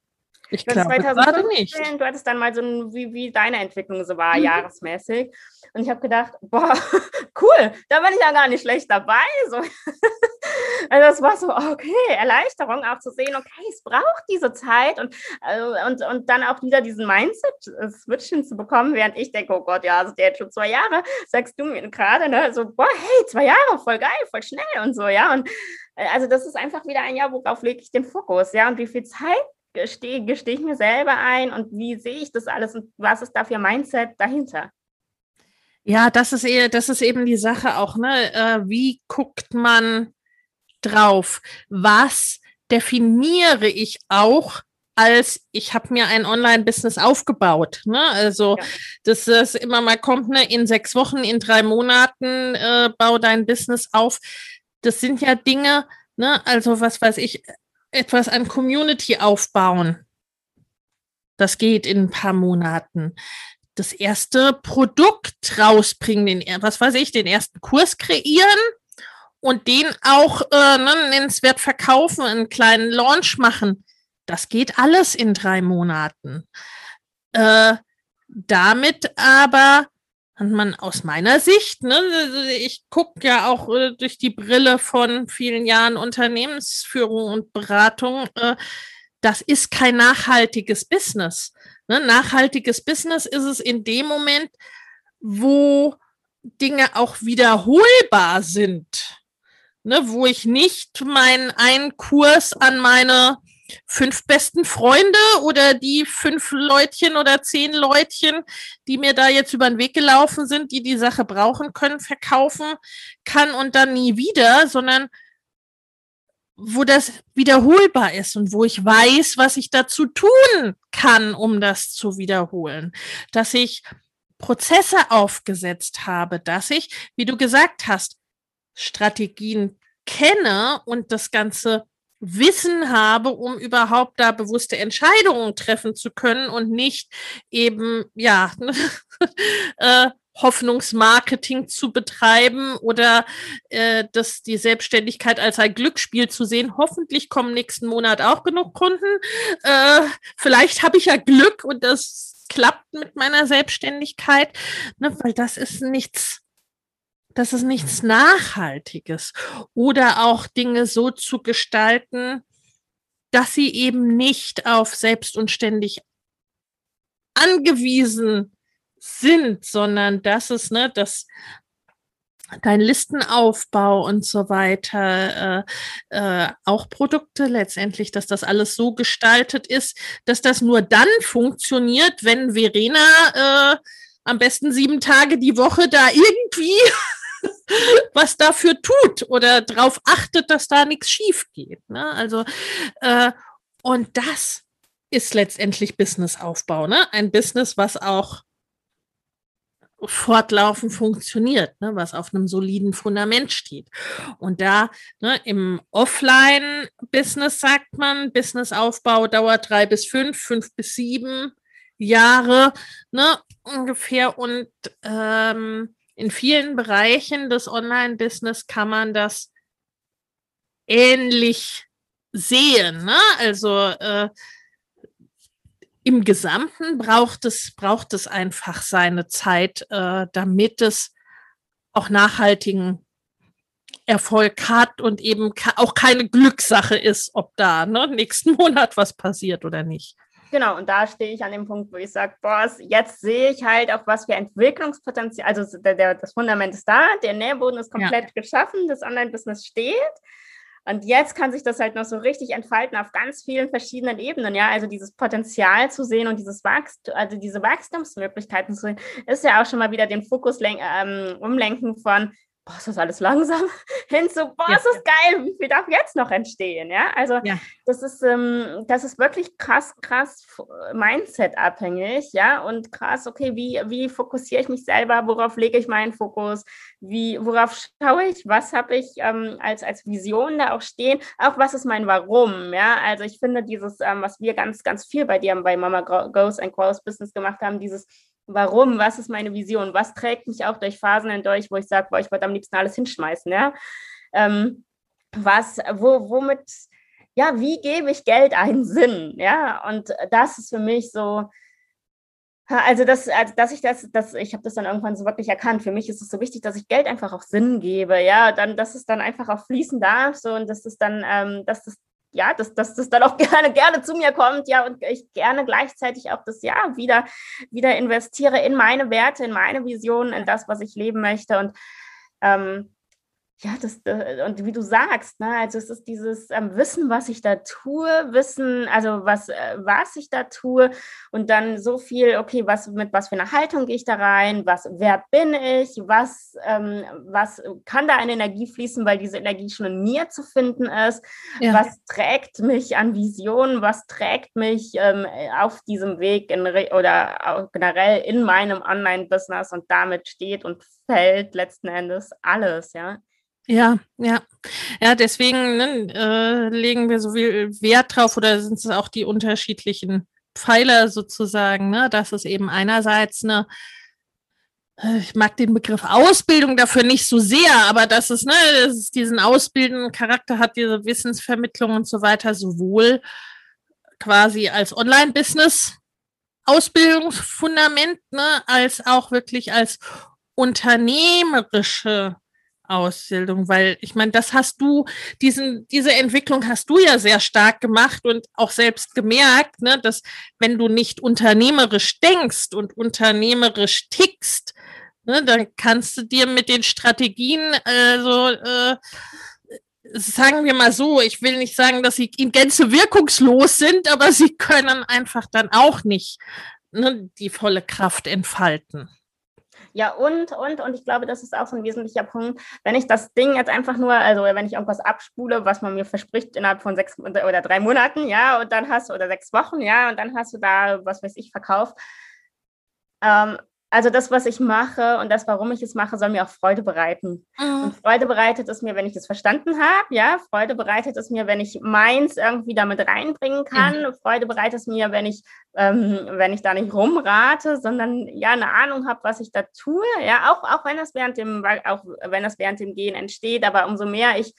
Ich glaube gerade nicht. Du hattest dann mal so ein, wie, wie deine Entwicklung so war, mhm. jahresmäßig. Und ich habe gedacht, boah, cool, da bin ich ja gar nicht schlecht dabei. So. Also das war so, okay, Erleichterung auch zu sehen, okay, es braucht diese Zeit und, äh, und, und dann auch wieder diesen Mindset-Switch hinzubekommen, während ich denke, oh Gott, ja, also der hat schon zwei Jahre, sagst du mir gerade, ne, so, boah, hey, zwei Jahre, voll geil, voll schnell und so, ja, und äh, also das ist einfach wieder ein Jahr, worauf lege ich den Fokus, ja, und wie viel Zeit gestehe, gestehe ich mir selber ein und wie sehe ich das alles und was ist da für Mindset dahinter? Ja, das ist eher, das ist eben die Sache auch, ne, äh, wie guckt man drauf? Was definiere ich auch als, ich habe mir ein Online-Business aufgebaut, ne? Also, ja. dass das immer mal kommt, ne, in sechs Wochen, in drei Monaten äh, bau dein Business auf. Das sind ja Dinge, ne, also was weiß ich, etwas an Community aufbauen. Das geht in ein paar Monaten. Das erste Produkt rausbringen, den, was weiß ich, den ersten Kurs kreieren und den auch äh, ne, nennenswert verkaufen, einen kleinen Launch machen. Das geht alles in drei Monaten. Äh, damit aber hat man aus meiner Sicht, ne, ich gucke ja auch äh, durch die Brille von vielen Jahren Unternehmensführung und Beratung, äh, das ist kein nachhaltiges Business. Ne? Nachhaltiges Business ist es in dem Moment, wo Dinge auch wiederholbar sind. Ne, wo ich nicht meinen einen Kurs an meine fünf besten Freunde oder die fünf Leutchen oder zehn Leutchen, die mir da jetzt über den Weg gelaufen sind, die die Sache brauchen können, verkaufen kann und dann nie wieder, sondern wo das wiederholbar ist und wo ich weiß, was ich dazu tun kann, um das zu wiederholen. Dass ich Prozesse aufgesetzt habe, dass ich, wie du gesagt hast, Strategien kenne und das ganze Wissen habe, um überhaupt da bewusste Entscheidungen treffen zu können und nicht eben, ja, äh, Hoffnungsmarketing zu betreiben oder äh, das, die Selbstständigkeit als ein Glücksspiel zu sehen. Hoffentlich kommen nächsten Monat auch genug Kunden. Äh, vielleicht habe ich ja Glück und das klappt mit meiner Selbstständigkeit, ne, weil das ist nichts Das ist nichts Nachhaltiges. Oder auch Dinge so zu gestalten, dass sie eben nicht auf selbst und ständig angewiesen sind, sondern dass es, ne, dass dein Listenaufbau und so weiter, äh, äh, auch Produkte letztendlich, dass das alles so gestaltet ist, dass das nur dann funktioniert, wenn Verena äh, am besten sieben Tage die Woche da irgendwie was dafür tut oder darauf achtet, dass da nichts schief geht. Ne? Also, äh, und das ist letztendlich Businessaufbau, ne? Ein Business, was auch fortlaufend funktioniert, ne? Was auf einem soliden Fundament steht. Und da, ne, im Offline-Business sagt man, Businessaufbau dauert drei bis fünf, fünf bis sieben Jahre, ne, ungefähr. Und ähm, in vielen Bereichen des Online-Business kann man das ähnlich sehen. Ne? Also äh, im Gesamten braucht es, braucht es einfach seine Zeit, äh, damit es auch nachhaltigen Erfolg hat und eben auch keine Glückssache ist, ob da ne, nächsten Monat was passiert oder nicht. Genau, und da stehe ich an dem Punkt, wo ich sage, boah, jetzt sehe ich halt auch, was für Entwicklungspotenzial, also der, der, das Fundament ist da, der Nährboden ist komplett ja. geschaffen, das Online-Business steht. Und jetzt kann sich das halt noch so richtig entfalten auf ganz vielen verschiedenen Ebenen, ja, also dieses Potenzial zu sehen und dieses Wachstum, also diese Wachstumsmöglichkeiten zu sehen, ist ja auch schon mal wieder den Fokus len- ähm, umlenken von, boah, ist das alles langsam, hin zu, boah, ja. ist das geil, wie viel darf jetzt noch entstehen, ja, also ja. das ist, ähm, das ist wirklich krass, krass Mindset-abhängig, ja, und krass, okay, wie, wie fokussiere ich mich selber, worauf lege ich meinen Fokus, wie, worauf schaue ich, was habe ich ähm, als, als Vision da auch stehen, auch was ist mein Warum, ja, also ich finde dieses, ähm, was wir ganz, ganz viel bei dir bei Mama Goes and Grows Business gemacht haben, dieses Warum, was ist meine Vision, was trägt mich auch durch Phasen hindurch, wo ich sage, boah, ich wollte am liebsten alles hinschmeißen, ja, ähm, was, wo, womit ja, wie gebe ich Geld einen Sinn? Ja, und das ist für mich so, also das, also dass ich das, das, ich habe das dann irgendwann so wirklich erkannt. Für mich ist es so wichtig, dass ich Geld einfach auch Sinn gebe, ja, dann, dass es dann einfach auch fließen darf, so und dass es dann, ähm, dass das, ja, dass, dass das dann auch gerne, gerne zu mir kommt, ja, und ich gerne gleichzeitig auch das Jahr wieder, wieder investiere in meine Werte, in meine Visionen, in das, was ich leben möchte und ähm, ja, das, und wie du sagst, ne, also es ist dieses ähm, Wissen, was ich da tue, Wissen, also was, äh, was ich da tue und dann so viel, okay, was, mit was für einer Haltung gehe ich da rein, was, wer bin ich, was, ähm, was kann da an Energie fließen, weil diese Energie schon in mir zu finden ist, ja. Was trägt mich an Visionen, was trägt mich ähm, auf diesem Weg in, oder auch generell in meinem Online-Business und damit steht und fällt letzten Endes alles, ja. Ja, ja. Ja, deswegen ne, äh, legen wir so viel Wert drauf oder sind es auch die unterschiedlichen Pfeiler sozusagen, ne? Das ist eben einerseits eine, ich mag den Begriff Ausbildung dafür nicht so sehr, aber dass es, ne, dass es diesen ausbildenden Charakter hat, diese Wissensvermittlung und so weiter, sowohl quasi als Online-Business Ausbildungsfundament, ne, als auch wirklich als unternehmerische Ausbildung, weil ich meine, das hast du, diesen, diese Entwicklung hast du ja sehr stark gemacht und auch selbst gemerkt, ne, dass wenn du nicht unternehmerisch denkst und unternehmerisch tickst, ne, dann kannst du dir mit den Strategien, also äh, sagen wir mal so, ich will nicht sagen, dass sie in Gänze wirkungslos sind, aber sie können einfach dann auch nicht, ne, die volle Kraft entfalten. Ja, und, und, und ich glaube, das ist auch so ein wesentlicher Punkt, wenn ich das Ding jetzt einfach nur, also wenn ich irgendwas abspule, was man mir verspricht innerhalb von sechs oder drei Monaten, ja, und dann hast du, oder sechs Wochen, ja, und dann hast du da, was weiß ich, verkauft. Ähm, also das, was ich mache und das, warum ich es mache, soll mir auch Freude bereiten. Mhm. Und Freude bereitet es mir, wenn ich es verstanden habe, ja, Freude bereitet es mir, wenn ich meins irgendwie damit reinbringen kann, mhm. Freude bereitet es mir, wenn ich, ähm, wenn ich da nicht rumrate, sondern ja eine Ahnung habe, was ich da tue, ja, auch, auch wenn das während dem, auch wenn das während dem Gehen entsteht, aber umso mehr ich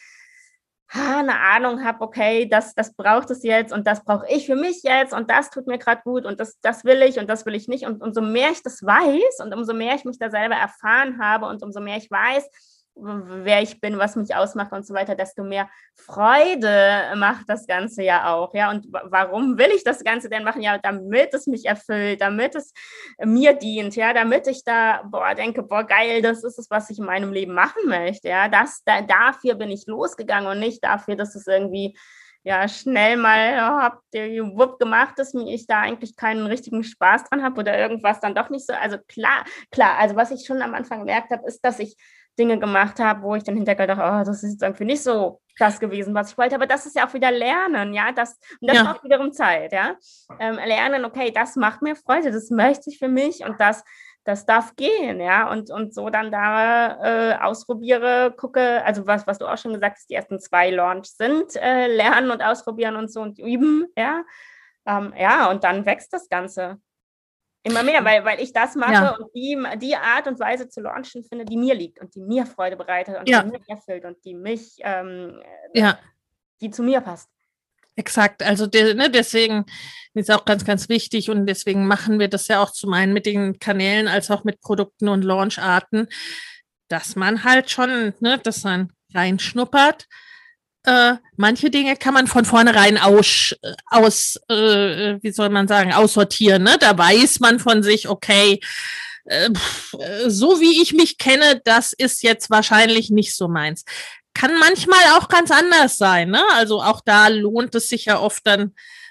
eine Ahnung habe, okay, das, das braucht es jetzt und das brauche ich für mich jetzt und das tut mir gerade gut und das, das will ich und das will ich nicht. Und umso mehr ich das weiß und umso mehr ich mich da selber erfahren habe und umso mehr ich weiß, wer ich bin, was mich ausmacht und so weiter, desto mehr Freude macht das Ganze ja auch. Ja, und warum will ich das Ganze denn machen? Ja, damit es mich erfüllt, damit es mir dient, ja, damit ich da, boah, denke, boah, geil, das ist es, was ich in meinem Leben machen möchte. Ja, das, da, dafür bin ich losgegangen und nicht dafür, dass es irgendwie ja, schnell mal habt ihr wupp gemacht, dass ich da eigentlich keinen richtigen Spaß dran habe oder irgendwas dann doch nicht so. Also klar, klar, also was ich schon am Anfang gemerkt habe, ist, dass ich Dinge gemacht habe, wo ich dann hinterher dachte, oh, das ist jetzt irgendwie nicht so das gewesen, was ich wollte. Aber das ist ja auch wieder Lernen, ja. Das, und das ja. braucht wiederum Zeit, ja. Ähm, lernen, okay, das macht mir Freude, das möchte ich für mich und das, das darf gehen, ja. Und, und so dann da äh, ausprobiere, gucke, also was, was du auch schon gesagt hast, die ersten zwei Launch sind, äh, lernen und ausprobieren und so und üben, ja. Ähm, ja, und dann wächst das Ganze. Immer mehr, weil, weil ich das mache ja. und die, die Art und Weise zu launchen finde, die mir liegt und die mir Freude bereitet und ja. die mich erfüllt und die mich, ähm, ja. die zu mir passt. Exakt, also de, ne, deswegen ist auch ganz, ganz wichtig und deswegen machen wir das ja auch zum einen mit den Kanälen als auch mit Produkten und Launcharten, dass man halt schon, ne, dass man reinschnuppert. Äh, manche Dinge kann man von vornherein aus, aus äh, wie soll man sagen, aussortieren. Ne? Da weiß man von sich, okay, äh, so wie ich mich kenne, das ist jetzt wahrscheinlich nicht so meins. Kann manchmal auch ganz anders sein. Ne? Also auch da lohnt es sich ja oft dann,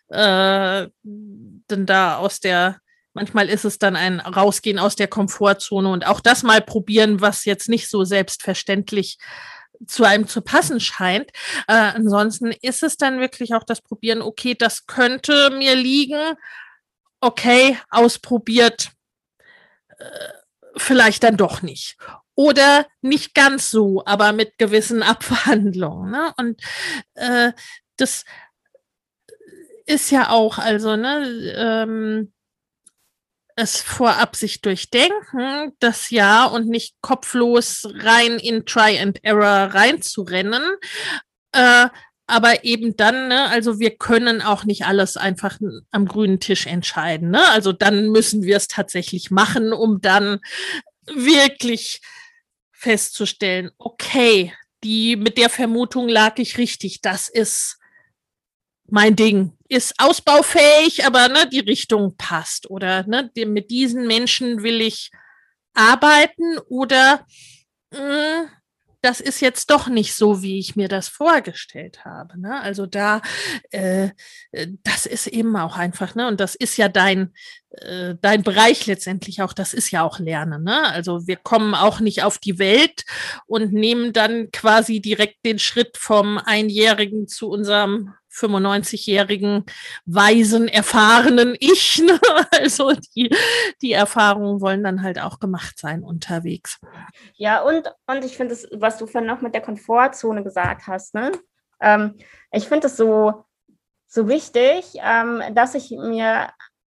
äh, dann da aus der, manchmal ist es dann ein Rausgehen aus der Komfortzone und auch das mal probieren, was jetzt nicht so selbstverständlich zu einem zu passen scheint. Äh, ansonsten ist es dann wirklich auch das Probieren, okay, das könnte mir liegen, okay, ausprobiert, äh, vielleicht dann doch nicht. Oder nicht ganz so, aber mit gewissen Abwandlungen. Ne? Und äh, das ist ja auch, also, ne, ähm, es vorab sich durchdenken, das ja, und nicht kopflos rein in Try and Error reinzurennen, äh, aber eben dann, ne, also wir können auch nicht alles einfach am grünen Tisch entscheiden, ne? Also dann müssen wir es tatsächlich machen, um dann wirklich festzustellen, okay, die mit der Vermutung lag ich richtig, das ist mein Ding, ist ausbaufähig, aber ne, die Richtung passt. Oder ne, die, mit diesen Menschen will ich arbeiten oder mh, das ist jetzt doch nicht so, wie ich mir das vorgestellt habe. Ne? Also da, äh, das ist eben auch einfach, ne? Und das ist ja dein, äh, dein Bereich letztendlich auch, das ist ja auch Lernen. Ne? Also wir kommen auch nicht auf die Welt und nehmen dann quasi direkt den Schritt vom Einjährigen zu unserem fünfundneunzigjährigen, weisen, erfahrenen Ich. Ne? Also die, die Erfahrungen wollen dann halt auch gemacht sein unterwegs. Ja, und, und ich finde es, was du vorhin noch mit der Komfortzone gesagt hast, ne? Ähm, ich finde es so, so wichtig, ähm, dass ich mir,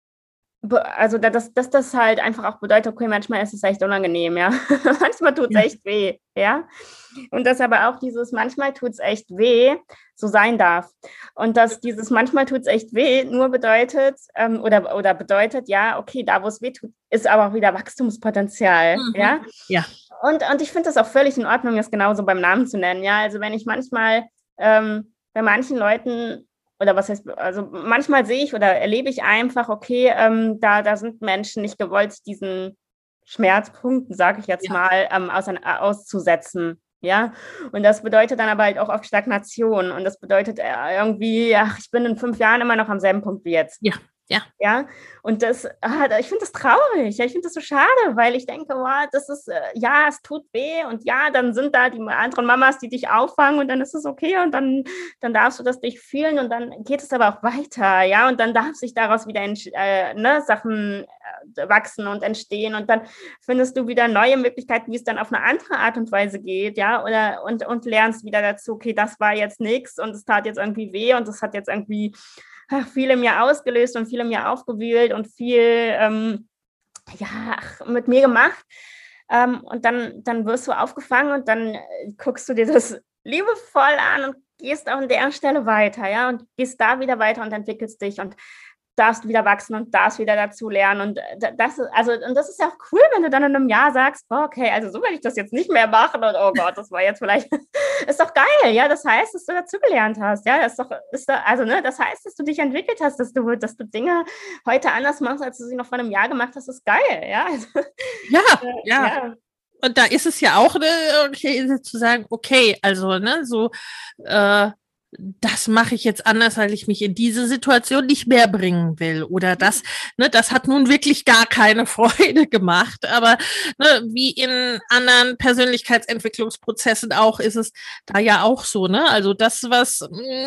also dass, dass das halt einfach auch bedeutet, okay, manchmal ist es echt unangenehm, ja. Manchmal tut es ja. echt weh, ja. Und dass aber auch dieses manchmal tut es echt weh so sein darf. Und dass dieses manchmal tut es echt weh nur bedeutet, ähm, oder, oder bedeutet, ja, okay, da wo es weh tut, ist aber auch wieder Wachstumspotenzial, mhm. ja. Ja. Und, und ich finde das auch völlig in Ordnung, das genauso beim Namen zu nennen, ja. Also wenn ich manchmal ähm, bei manchen Leuten oder was heißt, also manchmal sehe ich oder erlebe ich einfach, okay, ähm, da, da sind Menschen nicht gewollt, diesen Schmerzpunkten, sage ich jetzt ja. mal, ähm, aus, auszusetzen. Ja, und das bedeutet dann aber halt auch oft Stagnation. Und das bedeutet äh, irgendwie, ach, ich bin in fünf Jahren immer noch am selben Punkt wie jetzt. Ja. Ja. Ja, und das, ich finde das traurig, ja, ich finde das so schade, weil ich denke, wow, das ist, ja, es tut weh und ja, dann sind da die anderen Mamas, die dich auffangen und dann ist es okay und dann, dann darfst du das dich fühlen und dann geht es aber auch weiter, ja, und dann darf sich daraus wieder äh, ne, Sachen äh, wachsen und entstehen und dann findest du wieder neue Möglichkeiten, wie es dann auf eine andere Art und Weise geht, ja, oder und, und lernst wieder dazu, okay, das war jetzt nichts und es tat jetzt irgendwie weh und es hat jetzt irgendwie viel in mir ausgelöst und viel in mir aufgewühlt und viel ähm, ja, mit mir gemacht. Ähm, und dann, dann wirst du aufgefangen und dann guckst du dir das liebevoll an und gehst auch an der Stelle weiter, ja, und gehst da wieder weiter und entwickelst dich und darfst wieder wachsen und darfst wieder dazu lernen. Und das, also, und das ist ja auch cool, wenn du dann in einem Jahr sagst, oh, okay, also so werde ich das jetzt nicht mehr machen und oh Gott, das war jetzt vielleicht, ist doch geil, ja, das heißt, dass du dazugelernt hast, ja, das ist doch, ist doch, also, ne, das heißt, dass du dich entwickelt hast, dass du, dass du Dinge heute anders machst, als du sie noch vor einem Jahr gemacht hast, ist geil, ja. Also, ja, äh, ja, ja. Und da ist es ja auch, okay, zu sagen, okay, also, ne, so, äh, das mache ich jetzt anders, weil ich mich in diese Situation nicht mehr bringen will. Oder das, ne, das hat nun wirklich gar keine Freude gemacht. Aber ne, wie in anderen Persönlichkeitsentwicklungsprozessen auch, ist es da ja auch so. Ne? Also das, was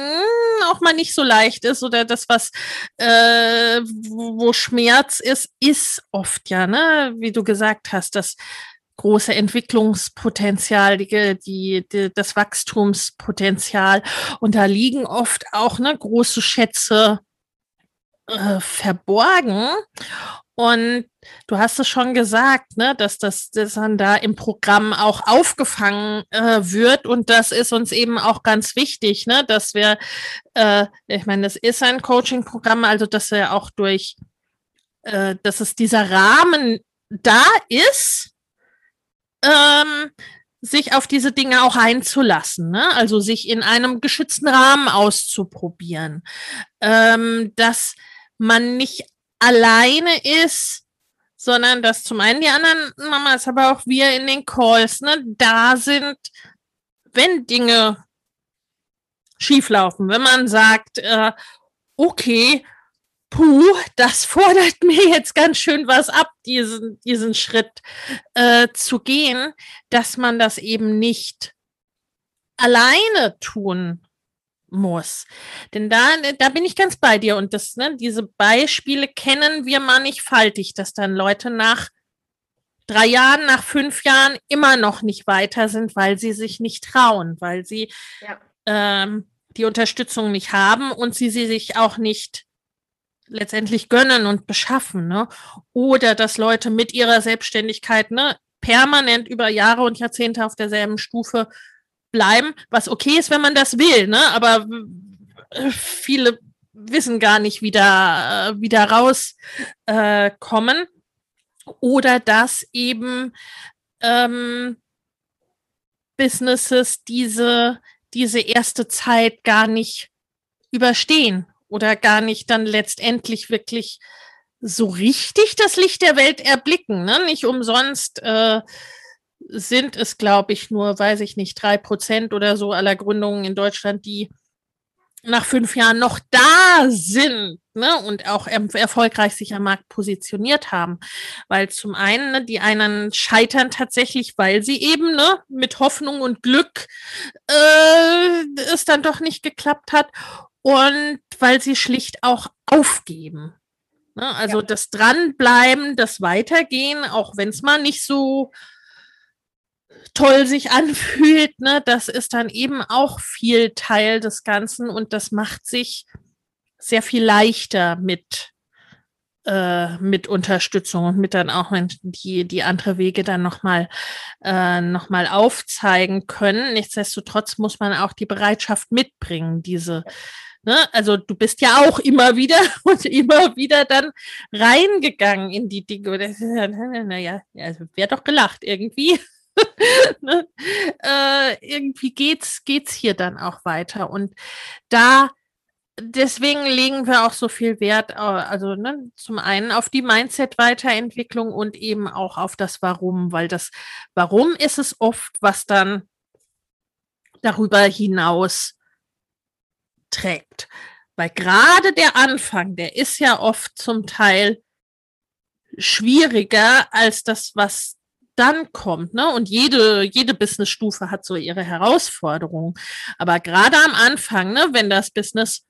mh, auch mal nicht so leicht ist oder das, was äh, wo, wo Schmerz ist, ist oft ja, ne, wie du gesagt hast, das große Entwicklungspotenzial, die, die, die, das Wachstumspotenzial. Und da liegen oft auch ne, große Schätze äh, verborgen. Und du hast es schon gesagt, ne, dass das dass dann da im Programm auch aufgefangen äh, wird. Und das ist uns eben auch ganz wichtig, ne, dass wir, äh, ich meine, das ist ein Coaching-Programm, also dass wir auch durch, äh, dass es dieser Rahmen da ist, Ähm, sich auf diese Dinge auch einzulassen, ne? Also sich in einem geschützten Rahmen auszuprobieren, ähm, dass man nicht alleine ist, sondern dass zum einen die anderen Mamas, aber auch wir in den Calls, ne, da sind, wenn Dinge schieflaufen, wenn man sagt, äh, okay, puh, das fordert mir jetzt ganz schön was ab, diesen, diesen Schritt äh, zu gehen, dass man das eben nicht alleine tun muss. Denn da, da bin ich ganz bei dir. Und das, ne, diese Beispiele kennen wir mannigfaltig, dass dann Leute nach drei Jahren, nach fünf Jahren immer noch nicht weiter sind, weil sie sich nicht trauen, weil sie ja. ähm, die Unterstützung nicht haben und sie sie sich auch nicht letztendlich gönnen und beschaffen, ne? Oder dass Leute mit ihrer Selbstständigkeit, ne, permanent über Jahre und Jahrzehnte auf derselben Stufe bleiben, was okay ist, wenn man das will, ne? Aber viele wissen gar nicht, wie da, wie da rauskommen. Äh, Oder dass eben ähm, Businesses diese, diese erste Zeit gar nicht überstehen oder gar nicht dann letztendlich wirklich so richtig das Licht der Welt erblicken. Ne? Nicht umsonst äh, sind es, glaube ich, nur, weiß ich nicht, drei Prozent oder so aller Gründungen in Deutschland, die nach fünf Jahren noch da sind, ne, und auch er erfolgreich sich am Markt positioniert haben. Weil zum einen, ne, die einen scheitern tatsächlich, weil sie eben ne, mit Hoffnung und Glück äh, es dann doch nicht geklappt hat und weil sie schlicht auch aufgeben. Ne, also ja. Das Dranbleiben, das Weitergehen, auch wenn es mal nicht so toll sich anfühlt, ne, das ist dann eben auch viel Teil des Ganzen und das macht sich sehr viel leichter mit, äh, mit Unterstützung und mit dann auch die, die andere Wege dann nochmal äh, noch mal aufzeigen können. Nichtsdestotrotz muss man auch die Bereitschaft mitbringen, diese Ne? Also du bist ja auch immer wieder und immer wieder dann reingegangen in die Dinge. Naja, also wäre doch gelacht irgendwie. ne? äh, irgendwie geht's, geht's hier dann auch weiter. Und da, deswegen legen wir auch so viel Wert, also ne, zum einen auf die Mindset-Weiterentwicklung und eben auch auf das Warum, weil das Warum ist es oft, was dann darüber hinaus trägt. Weil gerade der Anfang, der ist ja oft zum Teil schwieriger als das, was dann kommt, ne? Und jede, jede Businessstufe hat so ihre Herausforderungen. Aber gerade am Anfang, ne, wenn das Business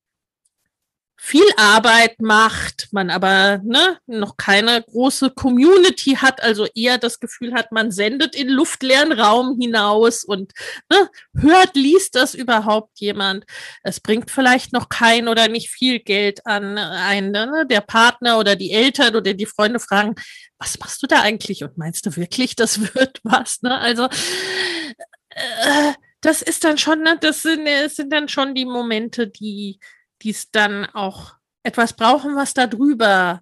viel Arbeit macht, man aber ne, noch keine große Community hat, also eher das Gefühl hat, man sendet in luftleeren Raum hinaus und ne, hört, liest das überhaupt jemand. Es bringt vielleicht noch kein oder nicht viel Geld an einen. Ne? Der Partner oder die Eltern oder die Freunde fragen, was machst du da eigentlich? Und meinst du wirklich, das wird was? Ne? Also äh, das ist dann schon, ne, das sind, das sind dann schon die Momente, die die es dann auch etwas brauchen, was da drüber,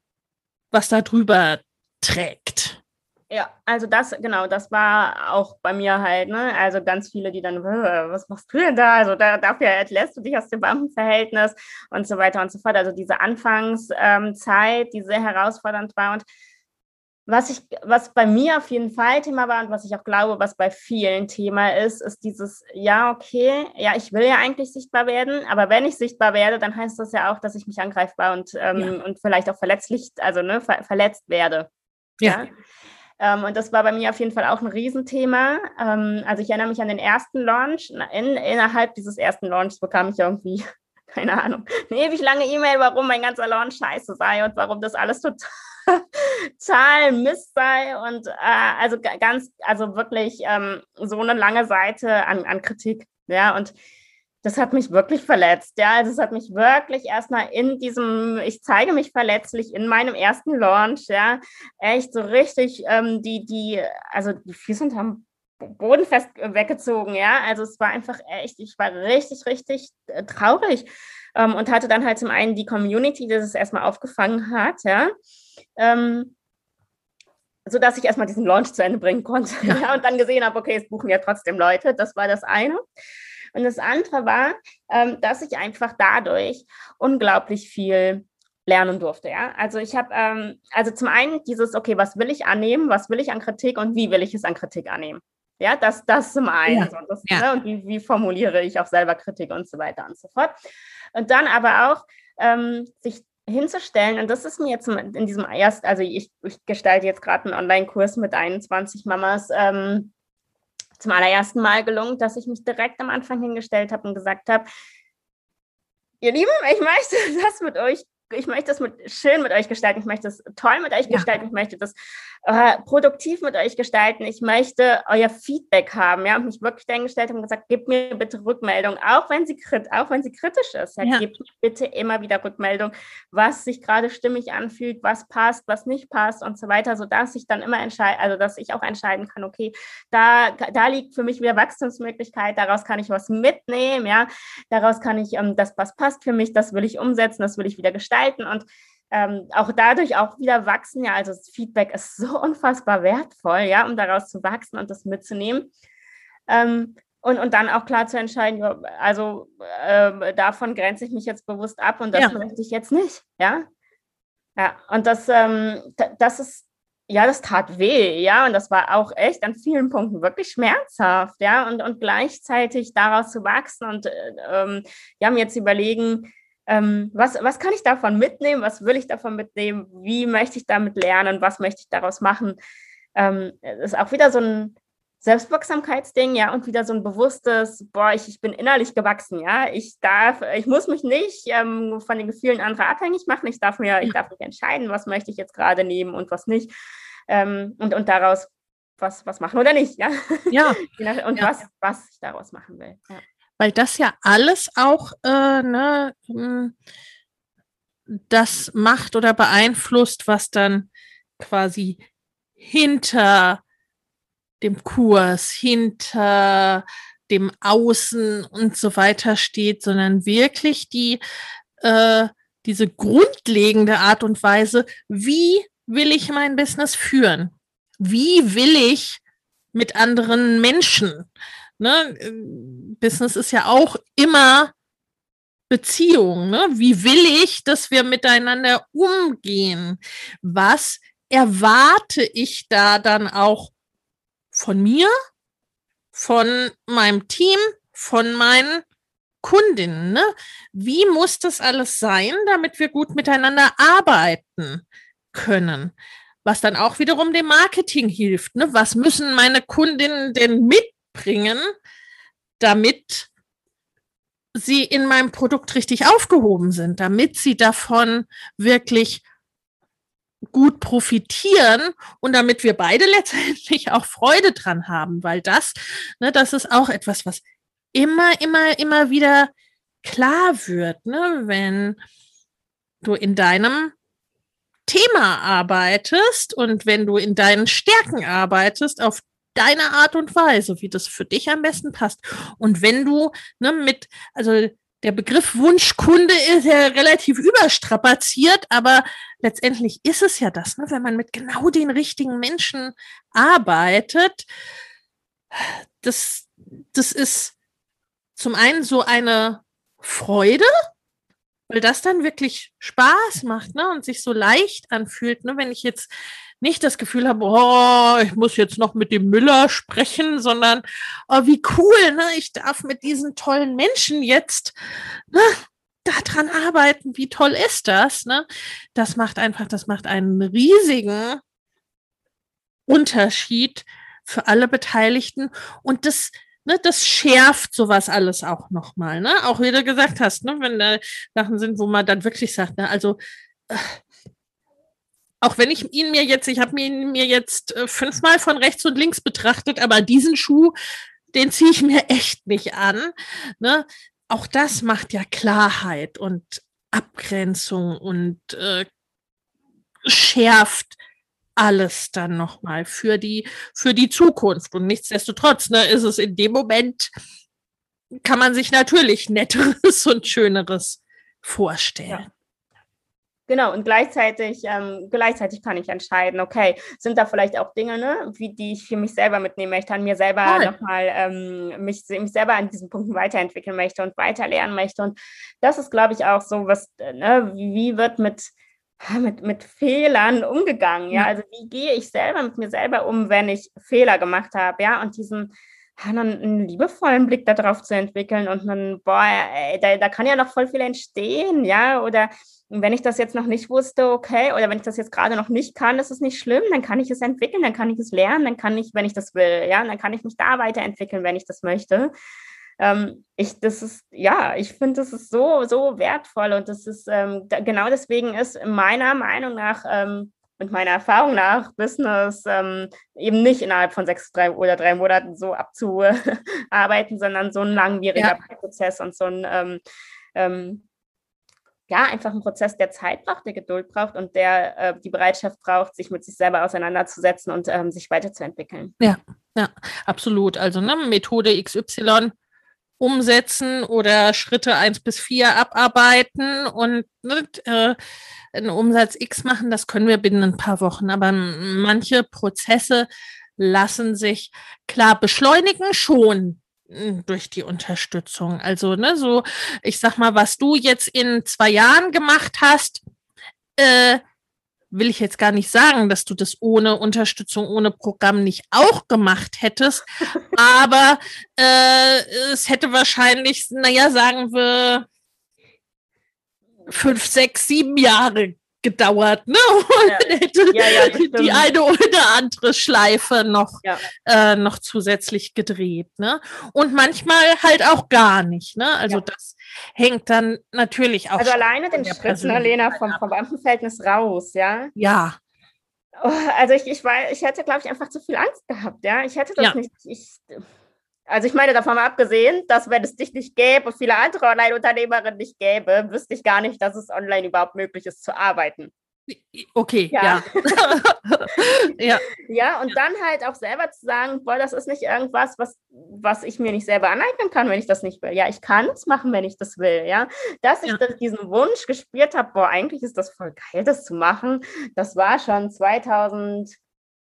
was da drüber trägt. Ja, also das, genau, das war auch bei mir halt, ne, also ganz viele, die dann, was machst du denn da? Also da, dafür entlässt du dich aus dem Beamtenverhältnis und so weiter und so fort. Also diese Anfangszeit, ähm, die sehr herausfordernd war und Was ich, was bei mir auf jeden Fall Thema war und was ich auch glaube, was bei vielen Thema ist, ist dieses, ja, okay, ja, ich will ja eigentlich sichtbar werden, aber wenn ich sichtbar werde, dann heißt das ja auch, dass ich mich angreifbar und, ähm, ja. und vielleicht auch verletzlich, also ne, ver- verletzt werde. Ja. ja? Ähm, und das war bei mir auf jeden Fall auch ein Riesenthema. Ähm, also ich erinnere mich an den ersten Launch. In, innerhalb dieses ersten Launchs bekam ich irgendwie, keine Ahnung, eine ewig lange E-Mail, warum mein ganzer Launch scheiße sei und warum das alles total Zahl Mist sei und äh, also ganz, also wirklich ähm, so eine lange Seite an, an Kritik, ja, und das hat mich wirklich verletzt, ja, also es hat mich wirklich erstmal in diesem, ich zeige mich verletzlich in meinem ersten Launch, ja, echt so richtig ähm, die, die, also die Füße unterm Boden fest weggezogen, ja, also es war einfach echt, ich war richtig, richtig äh, traurig ähm, und hatte dann halt zum einen die Community, die das erstmal aufgefangen hat, ja, Ähm, so dass ich erstmal diesen Launch zu Ende bringen konnte ja. Ja, und dann gesehen habe, okay, es buchen ja trotzdem Leute, das war das eine. Und das andere war, ähm, dass ich einfach dadurch unglaublich viel lernen durfte. Ja? Also ich habe, ähm, also zum einen dieses, okay, was will ich annehmen, was will ich an Kritik und wie will ich es an Kritik annehmen? Ja, das, das zum einen. Ja. So, das, ja. ne, und wie, wie formuliere ich auch selber Kritik und so weiter und so fort. Und dann aber auch ähm, sich hinzustellen, und das ist mir jetzt in diesem ersten, also ich, ich gestalte jetzt gerade einen Online-Kurs mit einundzwanzig Mamas ähm, zum allerersten Mal gelungen, dass ich mich direkt am Anfang hingestellt habe und gesagt habe, ihr Lieben, ich möchte das mit euch ich möchte das mit, schön mit euch gestalten, ich möchte das toll mit euch Ja. gestalten, ich möchte das äh, produktiv mit euch gestalten, ich möchte euer Feedback haben, ja, und mich wirklich dahingestellt haben und gesagt, gebt mir bitte Rückmeldung, auch wenn sie, krit- auch wenn sie kritisch ist, ja, Ja. gebt mir bitte immer wieder Rückmeldung, was sich gerade stimmig anfühlt, was passt, was nicht passt und so weiter, sodass ich dann immer entscheide, also dass ich auch entscheiden kann, okay, da, da liegt für mich wieder Wachstumsmöglichkeit, daraus kann ich was mitnehmen, ja, daraus kann ich, ähm, das, was passt für mich, das will ich umsetzen, das will ich wieder gestalten und ähm, auch dadurch auch wieder wachsen. Ja, also das Feedback ist so unfassbar wertvoll, ja, um daraus zu wachsen und das mitzunehmen. Ähm, und, und dann auch klar zu entscheiden, ja, also äh, davon grenze ich mich jetzt bewusst ab und das Ja. möchte ich jetzt nicht, ja. Ja, und das, ähm, d- das ist, ja, das tat weh, ja, und das war auch echt an vielen Punkten wirklich schmerzhaft, ja, und, und gleichzeitig daraus zu wachsen und äh, ähm, ja, mir jetzt überlegen, ähm, was, was kann ich davon mitnehmen, was will ich davon mitnehmen, wie möchte ich damit lernen, was möchte ich daraus machen, ähm, ist auch wieder so ein Selbstwirksamkeitsding, ja, und wieder so ein bewusstes, boah, ich, ich bin innerlich gewachsen, ja, ich darf, ich muss mich nicht ähm, von den Gefühlen anderer abhängig machen, ich darf mir, ich darf mich entscheiden, was möchte ich jetzt gerade nehmen und was nicht, ähm, und, und daraus was, was machen oder nicht, ja, Ja. und Ja. was, was ich daraus machen will, ja. Weil das ja alles auch äh, ne, m, das macht oder beeinflusst, was dann quasi hinter dem Kurs, hinter dem Außen und so weiter steht, sondern wirklich die äh, diese grundlegende Art und Weise, wie will ich mein Business führen? Wie will ich mit anderen Menschen? Ne? Business ist ja auch immer Beziehung. Ne? Wie will ich, dass wir miteinander umgehen? Was erwarte ich da dann auch von mir, von meinem Team, von meinen Kundinnen? Ne? Wie muss das alles sein, damit wir gut miteinander arbeiten können? Was dann auch wiederum dem Marketing hilft. Ne? Was müssen meine Kundinnen denn mitbringen, damit sie in meinem Produkt richtig aufgehoben sind, damit sie davon wirklich gut profitieren und damit wir beide letztendlich auch Freude dran haben, weil das, ne, das ist auch etwas, was immer, immer, immer wieder klar wird, ne, wenn du in deinem Thema arbeitest und wenn du in deinen Stärken arbeitest, auf deine Art und Weise, wie das für dich am besten passt. Und wenn du ne, mit, also der Begriff Wunschkunde ist ja relativ überstrapaziert, aber letztendlich ist es ja das, ne, wenn man mit genau den richtigen Menschen arbeitet, das, das ist zum einen so eine Freude, weil das dann wirklich Spaß macht, ne, und sich so leicht anfühlt, ne, wenn ich jetzt nicht das Gefühl habe, oh, ich muss jetzt noch mit dem Müller sprechen, sondern oh, wie cool, ne, ich darf mit diesen tollen Menschen jetzt ne, daran arbeiten, wie toll ist das, ne? Das macht einfach, das macht einen riesigen Unterschied für alle Beteiligten und das Ne, das schärft sowas alles auch nochmal, ne? Auch wie du gesagt hast, ne, wenn da Sachen sind, wo man dann wirklich sagt, ne, also äh, auch wenn ich ihn mir jetzt, ich habe ihn mir jetzt äh, fünfmal von rechts und links betrachtet, aber diesen Schuh, den ziehe ich mir echt nicht an, ne? Auch das macht ja Klarheit und Abgrenzung und äh, schärft alles dann nochmal für die, für die Zukunft. Und nichtsdestotrotz, ne, ist es in dem Moment, kann man sich natürlich Netteres und Schöneres vorstellen. Ja. Genau, und gleichzeitig, ähm, gleichzeitig kann ich entscheiden, okay, sind da vielleicht auch Dinge, ne, wie die ich für mich selber mitnehmen möchte, an mir selber nochmal, ähm, mich, mich selber an diesen Punkten weiterentwickeln möchte und weiter lernen möchte. Und das ist, glaube ich, auch so, was, ne, wie wird mit Mit, mit Fehlern umgegangen, ja, also wie gehe ich selber mit mir selber um, wenn ich Fehler gemacht habe, ja, und diesen einen, einen liebevollen Blick darauf zu entwickeln und einen, boah, ey, da, da kann ja noch voll viel entstehen, ja, oder wenn ich das jetzt noch nicht wusste, okay, oder wenn ich das jetzt gerade noch nicht kann, ist es nicht schlimm, dann kann ich es entwickeln, dann kann ich es lernen, dann kann ich, wenn ich das will, ja, dann kann ich mich da weiterentwickeln, wenn ich das möchte. ähm, ich, das ist, ja, ich finde, das ist so, so wertvoll und das ist, ähm, da, genau deswegen ist meiner Meinung nach, ähm, mit meiner Erfahrung nach Business ähm, eben nicht innerhalb von sechs drei oder drei Monaten so abzuarbeiten, sondern so ein langwieriger ja. Prozess und so ein, ähm, ähm, ja, einfach ein Prozess, der Zeit braucht, der Geduld braucht und der äh, die Bereitschaft braucht, sich mit sich selber auseinanderzusetzen und ähm, sich weiterzuentwickeln. Ja, ja, absolut. Also ne, Methode X Y umsetzen oder Schritte eins bis vier abarbeiten und ne, äh, einen Umsatz X machen, das können wir binnen ein paar Wochen. Aber manche Prozesse lassen sich klar beschleunigen schon durch die Unterstützung. Also, ne, so, ich sag mal, was du jetzt in zwei Jahren gemacht hast, äh, will ich jetzt gar nicht sagen, dass du das ohne Unterstützung, ohne Programm nicht auch gemacht hättest, aber äh, es hätte wahrscheinlich, naja, sagen wir, fünf, sechs, sieben Jahre gedauert, ne? Und ja. hätte ja, ja, die eine oder andere Schleife noch, ja. äh, noch zusätzlich gedreht, ne? Und manchmal halt auch gar nicht, ne? Also ja. das hängt dann natürlich auch. Also alleine den Schritt, ne, Lena, vom, vom Beamtenverhältnis raus, ja? Ja. Oh, also ich, ich war, ich hätte, glaube ich, einfach zu viel Angst gehabt, ja? Ich hätte das ja. nicht, ich... Also ich meine, davon mal abgesehen, dass wenn es dich nicht gäbe und viele andere Online-Unternehmerinnen nicht gäbe, wüsste ich gar nicht, dass es online überhaupt möglich ist zu arbeiten. Okay, ja. Ja, ja. ja und ja. dann halt auch selber zu sagen, boah, das ist nicht irgendwas, was, was ich mir nicht selber aneignen kann, wenn ich das nicht will. Ja, ich kann es machen, wenn ich das will, ja. Dass ich ja. das, diesen Wunsch gespürt habe, boah, eigentlich ist das voll geil, das zu machen, das war schon zweitausendachtzehn.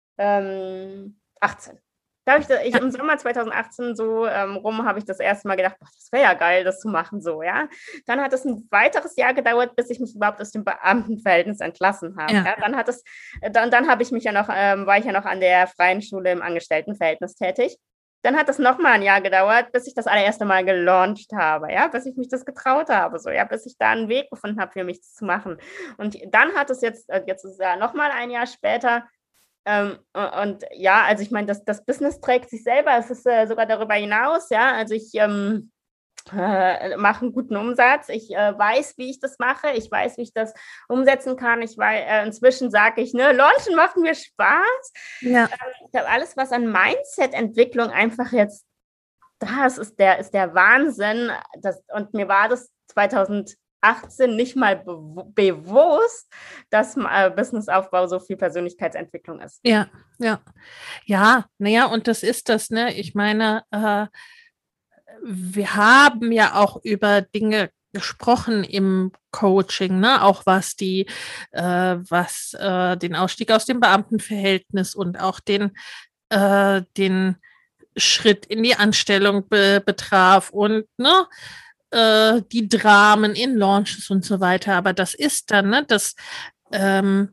Da habe ich, das, ich im Sommer zweitausendachtzehn so ähm, rum, habe ich das erste Mal gedacht, boah, das wäre ja geil, das zu machen, so, ja. Dann hat es ein weiteres Jahr gedauert, bis ich mich überhaupt aus dem Beamtenverhältnis entlassen habe. Ja. Ja. Dann hat es, dann, dann habe ich mich ja noch, ähm, war ich ja noch an der Freien Schule im Angestelltenverhältnis tätig. Dann hat es nochmal ein Jahr gedauert, bis ich das allererste Mal gelauncht habe, ja, bis ich mich das getraut habe, so, ja, bis ich da einen Weg gefunden habe, für mich das zu machen. Und dann hat es jetzt, jetzt ist ja nochmal ein Jahr später. Ähm, und ja, also ich meine, das, das Business trägt sich selber, es ist äh, sogar darüber hinaus, ja, also ich ähm, äh, mache einen guten Umsatz, ich äh, weiß, wie ich das mache, ich weiß, wie ich das umsetzen kann, ich weiß, äh, inzwischen sage ich, ne, Launchen macht mir Spaß, ja. ähm, ich habe alles, was an Mindset-Entwicklung einfach jetzt da ist, ist der, ist der Wahnsinn, das, und mir war das zweitausendachtzehn nicht mal be- bewusst, dass äh, Businessaufbau so viel Persönlichkeitsentwicklung ist. Ja, ja. Ja, naja, und das ist das, ne? Ich meine, äh, wir haben ja auch über Dinge gesprochen im Coaching, ne? Auch was die, äh, was äh, den Ausstieg aus dem Beamtenverhältnis und auch den, äh, den Schritt in die Anstellung be- betraf und, ne? Die Dramen in Launches und so weiter, aber das ist dann, ne, das ähm,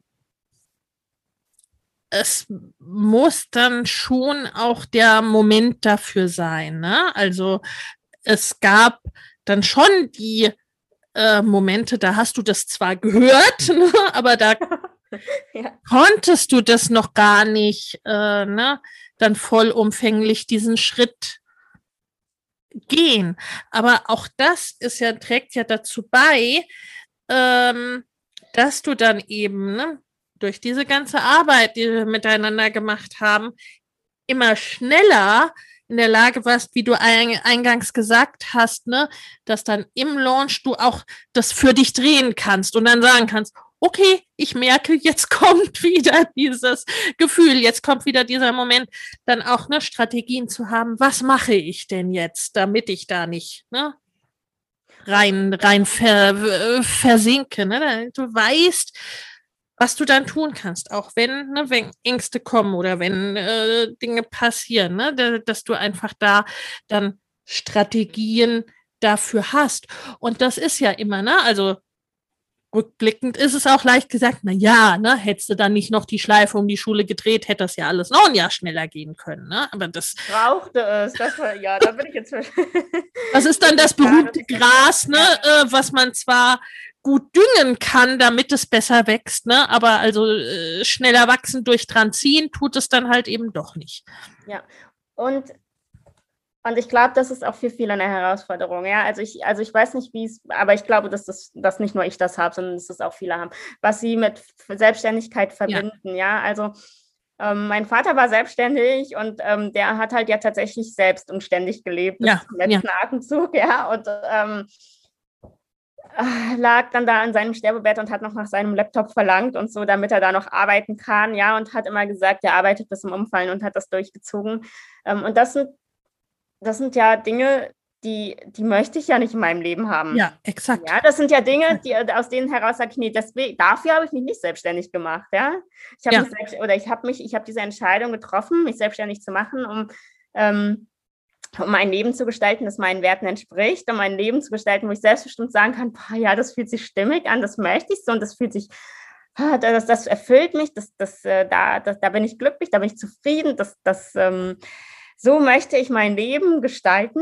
es muss dann schon auch der Moment dafür sein, ne? Also es gab dann schon die äh, Momente, da hast du das zwar gehört, ne, aber da ja. konntest du das noch gar nicht, äh, ne, dann vollumfänglich diesen Schritt gehen. Aber auch das ist ja, trägt ja dazu bei, ähm, dass du dann eben, ne, durch diese ganze Arbeit, die wir miteinander gemacht haben, immer schneller in der Lage warst, wie du ein, eingangs gesagt hast, ne, dass dann im Launch du auch das für dich drehen kannst und dann sagen kannst, okay, ich merke, jetzt kommt wieder dieses Gefühl, jetzt kommt wieder dieser Moment, dann auch ne, Strategien zu haben, was mache ich denn jetzt, damit ich da nicht ne, rein, rein ver, versinke. Ne? Du weißt, was du dann tun kannst, auch wenn, ne, wenn Ängste kommen oder wenn äh, Dinge passieren, ne, dass du einfach da dann Strategien dafür hast. Und das ist ja immer, ne, also rückblickend ist es auch leicht gesagt, na ja, ne, hättest du dann nicht noch die Schleife um die Schule gedreht, hätte das ja alles noch ein Jahr schneller gehen können, ne? Aber das brauchte es, das war, ja, da bin ich jetzt. Das ist dann das berühmte Gras, ne, äh, was man zwar gut düngen kann, damit es besser wächst, ne, aber also äh, schneller wachsen durch dran ziehen tut es dann halt eben doch nicht. Ja, und Und ich glaube, das ist auch für viele eine Herausforderung. Ja, also ich, also ich weiß nicht, wie es, aber ich glaube, dass das, dass nicht nur ich das habe, sondern dass das auch viele haben, was sie mit Selbstständigkeit verbinden. Ja, ja? Also ähm, mein Vater war selbstständig und ähm, der hat halt ja tatsächlich selbst und ständig gelebt, bis ja, zum letzten ja. Atemzug. Ja, und ähm, lag dann da an seinem Sterbebett und hat noch nach seinem Laptop verlangt und so, damit er da noch arbeiten kann. Ja, und hat immer gesagt, er arbeitet bis zum Umfallen und hat das durchgezogen. Ähm, und das sind Das sind ja Dinge, die, die möchte ich ja nicht in meinem Leben haben. Ja, exakt. Ja, das sind ja Dinge, die, aus denen heraus sage ich, nee, deswegen, dafür habe ich mich nicht selbstständig gemacht. Ja, ich habe ja. mich selbst, oder ich habe mich, ich habe diese Entscheidung getroffen, mich selbstständig zu machen, um, ähm, um ein Leben zu gestalten, das meinen Werten entspricht, um ein Leben zu gestalten, wo ich selbstbestimmt sagen kann, boah, ja, das fühlt sich stimmig an, das möchte ich so und das fühlt sich Das, das erfüllt mich, das, das, äh, da, das, da bin ich glücklich, da bin ich zufrieden, das, das, ähm, so möchte ich mein Leben gestalten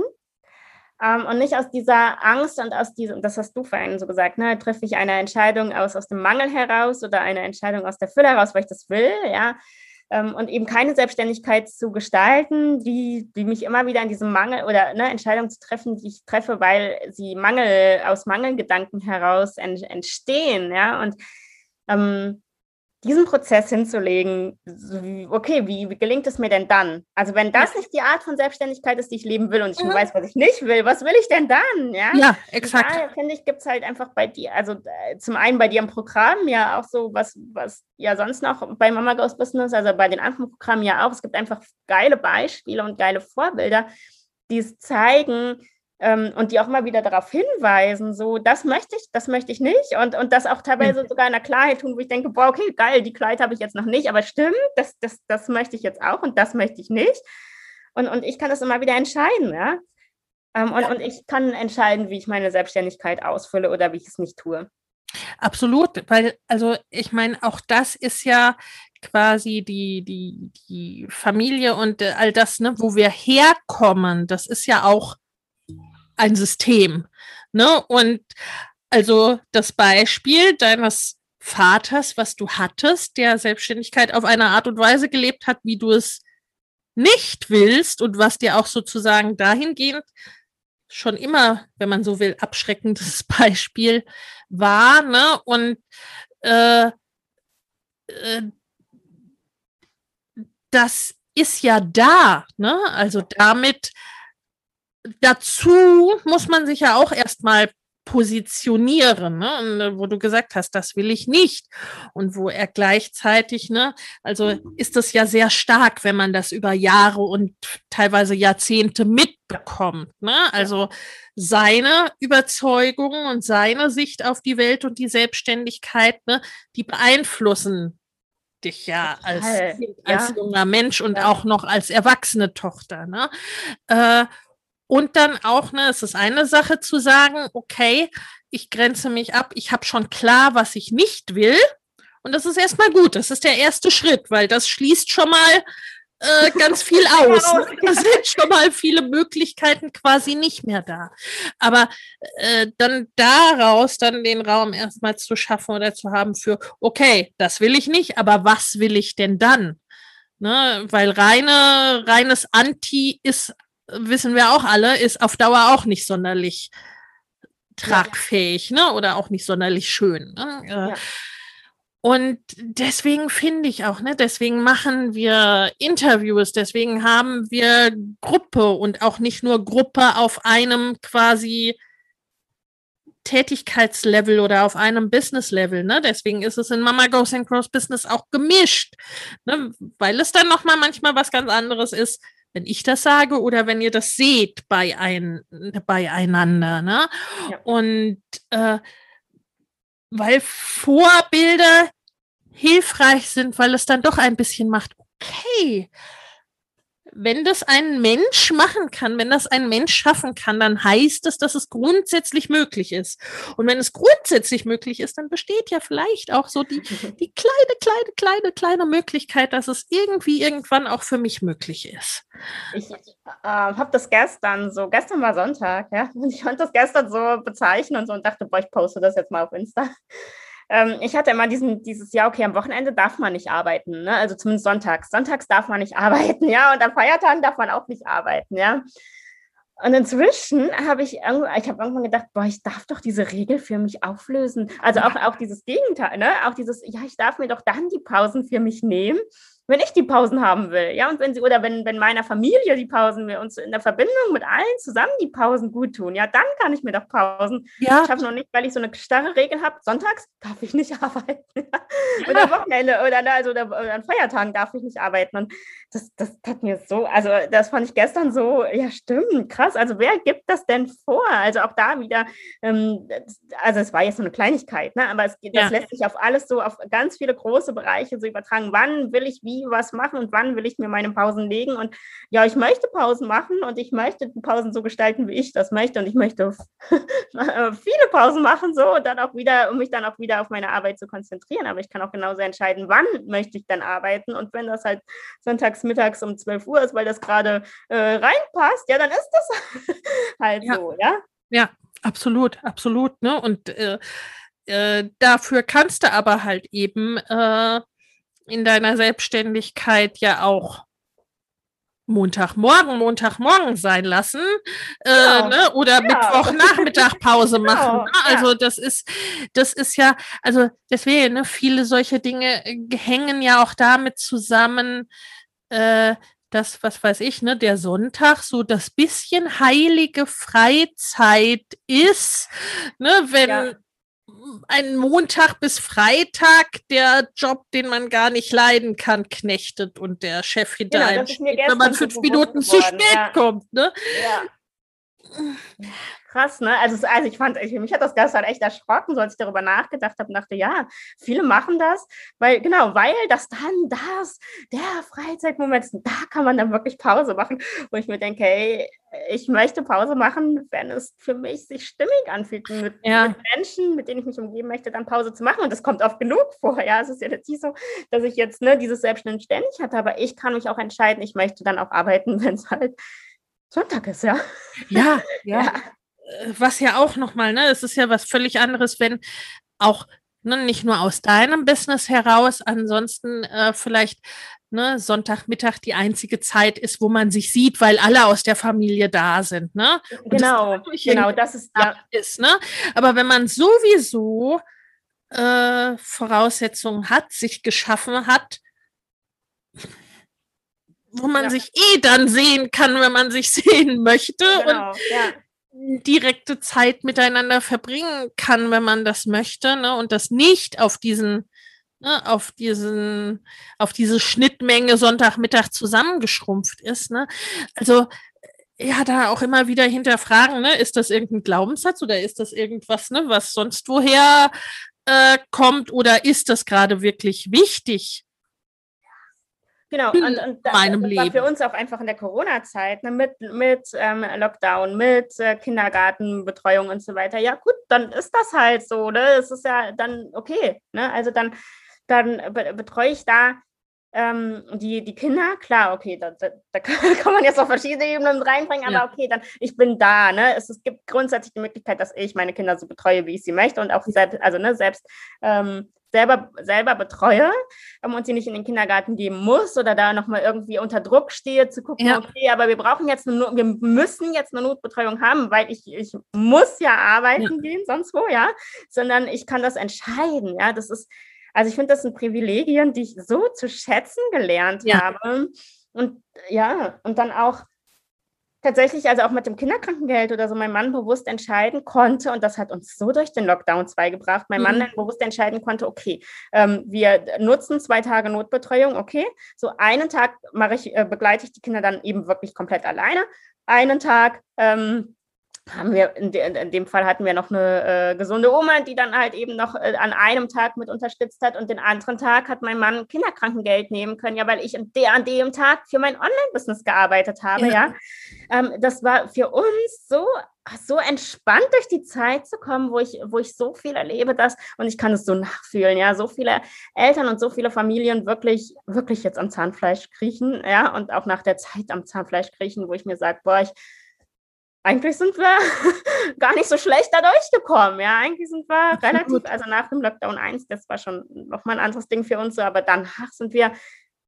ähm, und nicht aus dieser Angst und aus diesem, das hast du vorhin so gesagt, ne, treffe ich eine Entscheidung aus, aus dem Mangel heraus oder eine Entscheidung aus der Fülle heraus, weil ich das will, ja, ähm, und eben keine Selbstständigkeit zu gestalten, die, die mich immer wieder in diesem Mangel oder ne, Entscheidungen zu treffen, die ich treffe, weil sie Mangel, aus Mangelgedanken heraus ent, entstehen, ja, und ähm, diesen Prozess hinzulegen, okay, wie, wie gelingt es mir denn dann? Also wenn das nicht die Art von Selbstständigkeit ist, die ich leben will und ich mhm. weiß, was ich nicht will, was will ich denn dann? Ja, ja exakt. Da finde ich, gibt es halt einfach bei dir, also äh, zum einen bei dir im Programm ja auch so, was, was ja sonst noch bei Mama Goes Business, also bei den anderen Programmen ja auch, es gibt einfach geile Beispiele und geile Vorbilder, die es zeigen, und die auch mal wieder darauf hinweisen, so, das möchte ich, das möchte ich nicht und, und das auch teilweise sogar in der Klarheit tun, wo ich denke, boah, okay, geil, die Klarheit habe ich jetzt noch nicht, aber stimmt, das, das, das möchte ich jetzt auch und das möchte ich nicht und, und ich kann das immer wieder entscheiden, ja, und, und ich kann entscheiden, wie ich meine Selbstständigkeit ausfülle oder wie ich es nicht tue. Absolut, weil, also ich meine, auch das ist ja quasi die, die, die Familie und all das, ne, wo wir herkommen, das ist ja auch ein System, ne? Und also das Beispiel deines Vaters, was du hattest, der Selbstständigkeit auf eine Art und Weise gelebt hat, wie du es nicht willst und was dir auch sozusagen dahingehend schon immer, wenn man so will, abschreckendes Beispiel war, ne? Und äh, äh, das ist ja da, ne? Also damit dazu muss man sich ja auch erstmal positionieren, ne? Und, wo du gesagt hast, das will ich nicht. Und wo er gleichzeitig, ne, also ist das ja sehr stark, wenn man das über Jahre und teilweise Jahrzehnte mitbekommt, ne? Also seine Überzeugungen und seine Sicht auf die Welt und die Selbstständigkeit, ne, die beeinflussen dich ja als, als ja. junger Mensch und ja. auch noch als erwachsene Tochter, ne? Äh, Und dann auch, ne, es ist eine Sache zu sagen, okay, ich grenze mich ab, ich habe schon klar, was ich nicht will. Und das ist erstmal gut, das ist der erste Schritt, weil das schließt schon mal äh, ganz viel aus. Ne? Da sind schon mal viele Möglichkeiten quasi nicht mehr da. Aber äh, dann daraus dann den Raum erstmal zu schaffen oder zu haben für, okay, das will ich nicht, aber was will ich denn dann? Ne? Weil reine, reines Anti ist, wissen wir auch alle, ist auf Dauer auch nicht sonderlich tragfähig, ne? Oder auch nicht sonderlich schön. Ne? Ja. Und deswegen finde ich auch, ne, deswegen machen wir Interviews, deswegen haben wir Gruppe und auch nicht nur Gruppe auf einem quasi Tätigkeitslevel oder auf einem Business-Level, ne? Deswegen ist es in Mama Goes and Grows Business auch gemischt, ne? Weil es dann nochmal manchmal was ganz anderes ist, wenn ich das sage oder wenn ihr das seht bei ein, beieinander, ne? Ja. Und äh, weil Vorbilder hilfreich sind, weil es dann doch ein bisschen macht, okay, wenn das ein Mensch machen kann, wenn das ein Mensch schaffen kann, dann heißt es, dass es grundsätzlich möglich ist. Und wenn es grundsätzlich möglich ist, dann besteht ja vielleicht auch so die, die kleine, kleine, kleine, kleine Möglichkeit, dass es irgendwie irgendwann auch für mich möglich ist. Ich äh, habe das gestern so, gestern war Sonntag, ja, und ich konnte das gestern so bezeichnen und so und dachte, boah, ich poste das jetzt mal auf Insta. Ich hatte immer diesen, dieses, ja, okay, am Wochenende darf man nicht arbeiten, ne? Also zumindest sonntags. Sonntags darf man nicht arbeiten, ja, und an Feiertagen darf man auch nicht arbeiten, ja. Und inzwischen habe ich, irgend- ich habe irgendwann gedacht, boah, ich darf doch diese Regel für mich auflösen. Also auch, auch dieses Gegenteil, ne? Auch dieses, ja, ich darf mir doch dann die Pausen für mich nehmen, wenn ich die Pausen haben will. Ja, und wenn sie, oder wenn, wenn meiner Familie die Pausen, wir uns in der Verbindung mit allen zusammen die Pausen gut tun, ja, dann kann ich mir doch Pausen Ja, schaffen und nicht, weil ich so eine starre Regel habe. Sonntags darf ich nicht arbeiten. Oder Wochenende oder, also, oder, oder an Feiertagen darf ich nicht arbeiten. Und das, das hat mir so, also das fand ich gestern so, ja stimmt, krass. Also wer gibt das denn vor? Also auch da wieder, ähm, also es war jetzt so eine Kleinigkeit, ne? Aber es, das Ja. lässt sich auf alles so, auf ganz viele große Bereiche so übertragen. Wann will ich wie was machen und wann will ich mir meine Pausen legen? Und ja, ich möchte Pausen machen und ich möchte die Pausen so gestalten, wie ich das möchte. Und ich möchte viele Pausen machen so und dann auch wieder, um mich dann auch wieder auf meine Arbeit zu konzentrieren. Aber ich kann auch genauso entscheiden, wann möchte ich dann arbeiten. Und wenn das halt sonntags mittags um zwölf Uhr ist, weil das gerade äh, reinpasst, ja, dann ist das halt Ja. so, ja. Ja, absolut, absolut, ne? Und äh, äh, dafür kannst du aber halt eben äh, in deiner Selbstständigkeit ja auch Montagmorgen, Montagmorgen sein lassen, äh, Genau. ne? Oder Ja. Mittwochnachmittag Pause Genau, machen. Ne? ja. Also das ist, das ist ja, also deswegen, ne, viele solche Dinge äh, hängen ja auch damit zusammen, äh, dass, was weiß ich, ne, der Sonntag so das bisschen heilige Freizeit ist, ne, wenn Ja. ein Montag bis Freitag der Job, den man gar nicht leiden kann, knechtet und der Chef hinter Genau, einem das ist mir steht, wenn man gestern so fünf bewusst Minuten zu geworden, spät ja. kommt, ne? Ja. Krass, ne? Also, es- also ich fand, ich, mich hat das gestern echt erschrocken, so als ich darüber nachgedacht habe und dachte, ja, viele machen das, weil, genau, weil das dann das, der Freizeitmoment ist, da kann man dann wirklich Pause machen, wo ich mir denke, hey, ich möchte Pause machen, wenn es für mich sich stimmig anfühlt, mit, Ja. mit Menschen, mit denen ich mich umgeben möchte, dann Pause zu machen. Und das kommt oft genug vor. Ja, es ist ja jetzt nicht so, dass ich jetzt ne, dieses Selbstständig ständig hatte, aber ich kann mich auch entscheiden, ich möchte dann auch arbeiten, wenn es halt Sonntag ist, ja. Ja, ja. Ja. Äh, Was ja auch nochmal, ne, es ist ja was völlig anderes, wenn auch ne, nicht nur aus deinem Business heraus, ansonsten äh, vielleicht ne, Sonntagmittag die einzige Zeit ist, wo man sich sieht, weil alle aus der Familie da sind, ne? Und Genau, das genau, das ist, ja, ist, ne? Aber wenn man sowieso äh, Voraussetzungen hat, sich geschaffen hat, wo man Ja. sich eh dann sehen kann, wenn man sich sehen möchte genau, ja. und direkte Zeit miteinander verbringen kann, wenn man das möchte, ne? Und das nicht auf diesen, ne, auf diesen, auf diese Schnittmenge Sonntagmittag zusammengeschrumpft ist, ne? Also ja, da auch immer wieder hinterfragen, ne? Ist das irgendein Glaubenssatz oder ist das irgendwas, ne, was sonst woher äh, kommt oder ist das gerade wirklich wichtig? Genau, in und, und da, meinem das war Leben. für uns auch einfach in der Corona-Zeit, ne, mit, mit ähm, Lockdown, mit äh, Kindergartenbetreuung und so weiter. Ja, gut, dann ist das halt so, ne? Es ist ja dann okay, ne? Also dann, dann be betreue ich da ähm, die, die Kinder, klar, okay, da, da, da kann man jetzt auf verschiedene Ebenen reinbringen, aber Ja. okay, dann, ich bin da, ne? Es, es gibt grundsätzlich die Möglichkeit, dass ich meine Kinder so betreue, wie ich sie möchte und auch selbst, also ne, selbst ähm, selber, selber betreue ähm, und sie nicht in den Kindergarten geben muss oder da nochmal irgendwie unter Druck stehe, zu gucken, Ja. okay, aber wir brauchen jetzt eine, Not- wir müssen jetzt eine Notbetreuung haben, weil ich, ich muss ja arbeiten Ja. gehen, sonst wo, ja, sondern ich kann das entscheiden, ja, das ist, also ich finde, das sind Privilegien, die ich so zu schätzen gelernt Ja. habe und ja, und dann auch tatsächlich, also auch mit dem Kinderkrankengeld oder so, mein Mann bewusst entscheiden konnte, und das hat uns so durch den Lockdown zwei gebracht, mein Mann Mhm. dann bewusst entscheiden konnte, okay, ähm, wir nutzen zwei Tage Notbetreuung, okay, so einen Tag mache ich, äh, begleite ich die Kinder dann eben wirklich komplett alleine, einen Tag ähm, haben wir, in, de, in dem Fall hatten wir noch eine äh, gesunde Oma, die dann halt eben noch äh, an einem Tag mit unterstützt hat und den anderen Tag hat mein Mann Kinderkrankengeld nehmen können, ja, weil ich an, de, an dem Tag für mein Online-Business gearbeitet habe, ja. ja. Ähm, das war für uns so, so entspannt durch die Zeit zu kommen, wo ich, wo ich so viel erlebe, dass, und ich kann es so nachfühlen, ja, so viele Eltern und so viele Familien wirklich, wirklich jetzt am Zahnfleisch kriechen, ja, und auch nach der Zeit am Zahnfleisch kriechen, wo ich mir sage, boah, ich eigentlich sind wir gar nicht so schlecht da durchgekommen. Ja, eigentlich sind wir relativ, also nach dem Lockdown eins, das war schon nochmal ein anderes Ding für uns, so, aber danach sind wir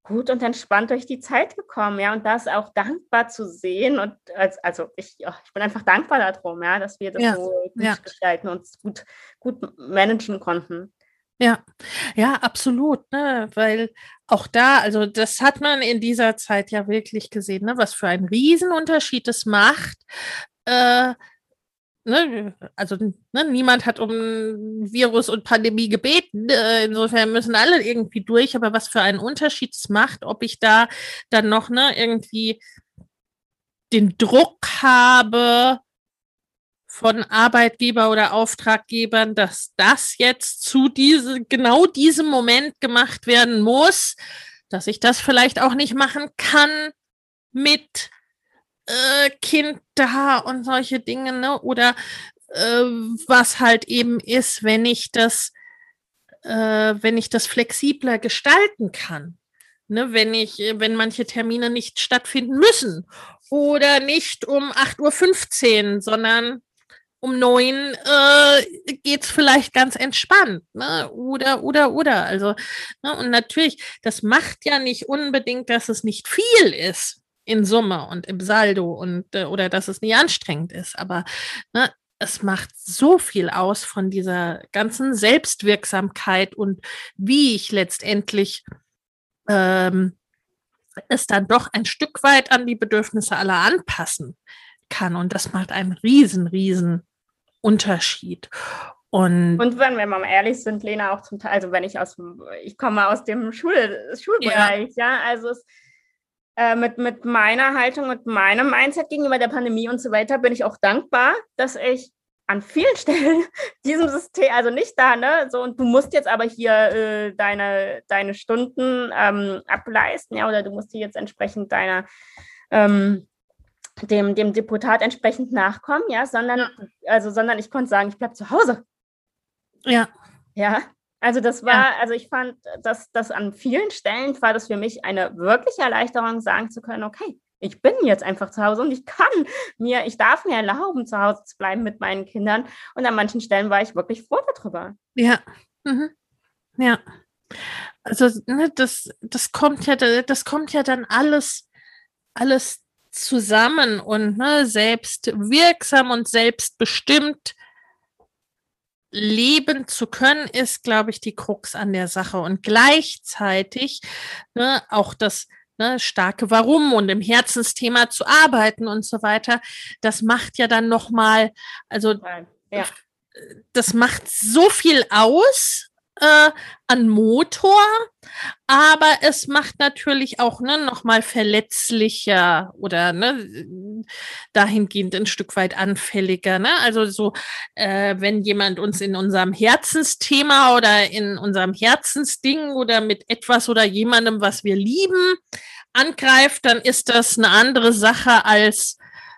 gut und entspannt durch die Zeit gekommen, ja, und das auch dankbar zu sehen und als, also ich, ja, ich bin einfach dankbar darum, ja, dass wir das Ja, so gut ja. gestalten und es gut, gut managen konnten. Ja, ja, absolut, ne? Weil auch da, also das hat man in dieser Zeit ja wirklich gesehen, ne? Was für einen Riesenunterschied es macht. Äh, ne? Also ne? Niemand hat um Virus und Pandemie gebeten. Äh, insofern müssen alle irgendwie durch. Aber was für einen Unterschied es macht, ob ich da dann noch ne irgendwie den Druck habe von Arbeitgeber oder Auftraggebern, dass das jetzt zu diese, genau diesem Moment gemacht werden muss, dass ich das vielleicht auch nicht machen kann mit äh, Kind da und solche Dinge, ne? Oder äh, was halt eben ist, wenn ich das, äh, wenn ich das flexibler gestalten kann. Ne, wenn ich, wenn manche Termine nicht stattfinden müssen oder nicht um acht Uhr fünfzehn, sondern um neun äh, geht es vielleicht ganz entspannt, ne? Oder, oder, oder. Also, ne? Und natürlich, das macht ja nicht unbedingt, dass es nicht viel ist in Summe und im Saldo und äh, oder dass es nie anstrengend ist. Aber ne, es macht so viel aus von dieser ganzen Selbstwirksamkeit und wie ich letztendlich ähm, es dann doch ein Stück weit an die Bedürfnisse aller anpassen kann. Und das macht einen riesen, riesen Unterschied. Und, Und wenn wir mal ehrlich sind, Lena, auch zum Teil, also wenn ich aus dem, ich komme aus dem Schul, Schulbereich, ja, ja also es, äh, mit, mit meiner Haltung, mit meinem Mindset gegenüber der Pandemie und so weiter, bin ich auch dankbar, dass ich an vielen Stellen diesem System, also nicht da, ne, so, und du musst jetzt aber hier äh, deine, deine Stunden ähm, ableisten, ja, oder du musst hier jetzt entsprechend deiner ähm, dem, dem Deputat entsprechend nachkommen, ja, sondern, ja. also, sondern ich konnte sagen, ich bleibe zu Hause. Ja. Ja, also das war, ja. also ich fand, dass das an vielen Stellen war das für mich eine wirkliche Erleichterung, sagen zu können, okay, ich bin jetzt einfach zu Hause und ich kann mir, ich darf mir erlauben, zu Hause zu bleiben mit meinen Kindern. Und an manchen Stellen war ich wirklich froh darüber. Ja, mhm. Ja. Also, ne, das, das kommt ja, das kommt ja dann alles, alles zusammen und ne, selbst wirksam und selbstbestimmt leben zu können, ist, glaube ich, die Krux an der Sache. Und gleichzeitig ne, auch das ne, starke Warum und im Herzensthema zu arbeiten und so weiter, das macht ja dann nochmal, also ja. das macht so viel aus äh, an Motor, aber es macht natürlich auch ne, nochmal verletzlicher oder ne, dahingehend ein Stück weit anfälliger. Ne? Also so, äh, wenn jemand uns in unserem Herzensthema oder in unserem Herzensding oder mit etwas oder jemandem, was wir lieben, angreift, dann ist das eine andere Sache als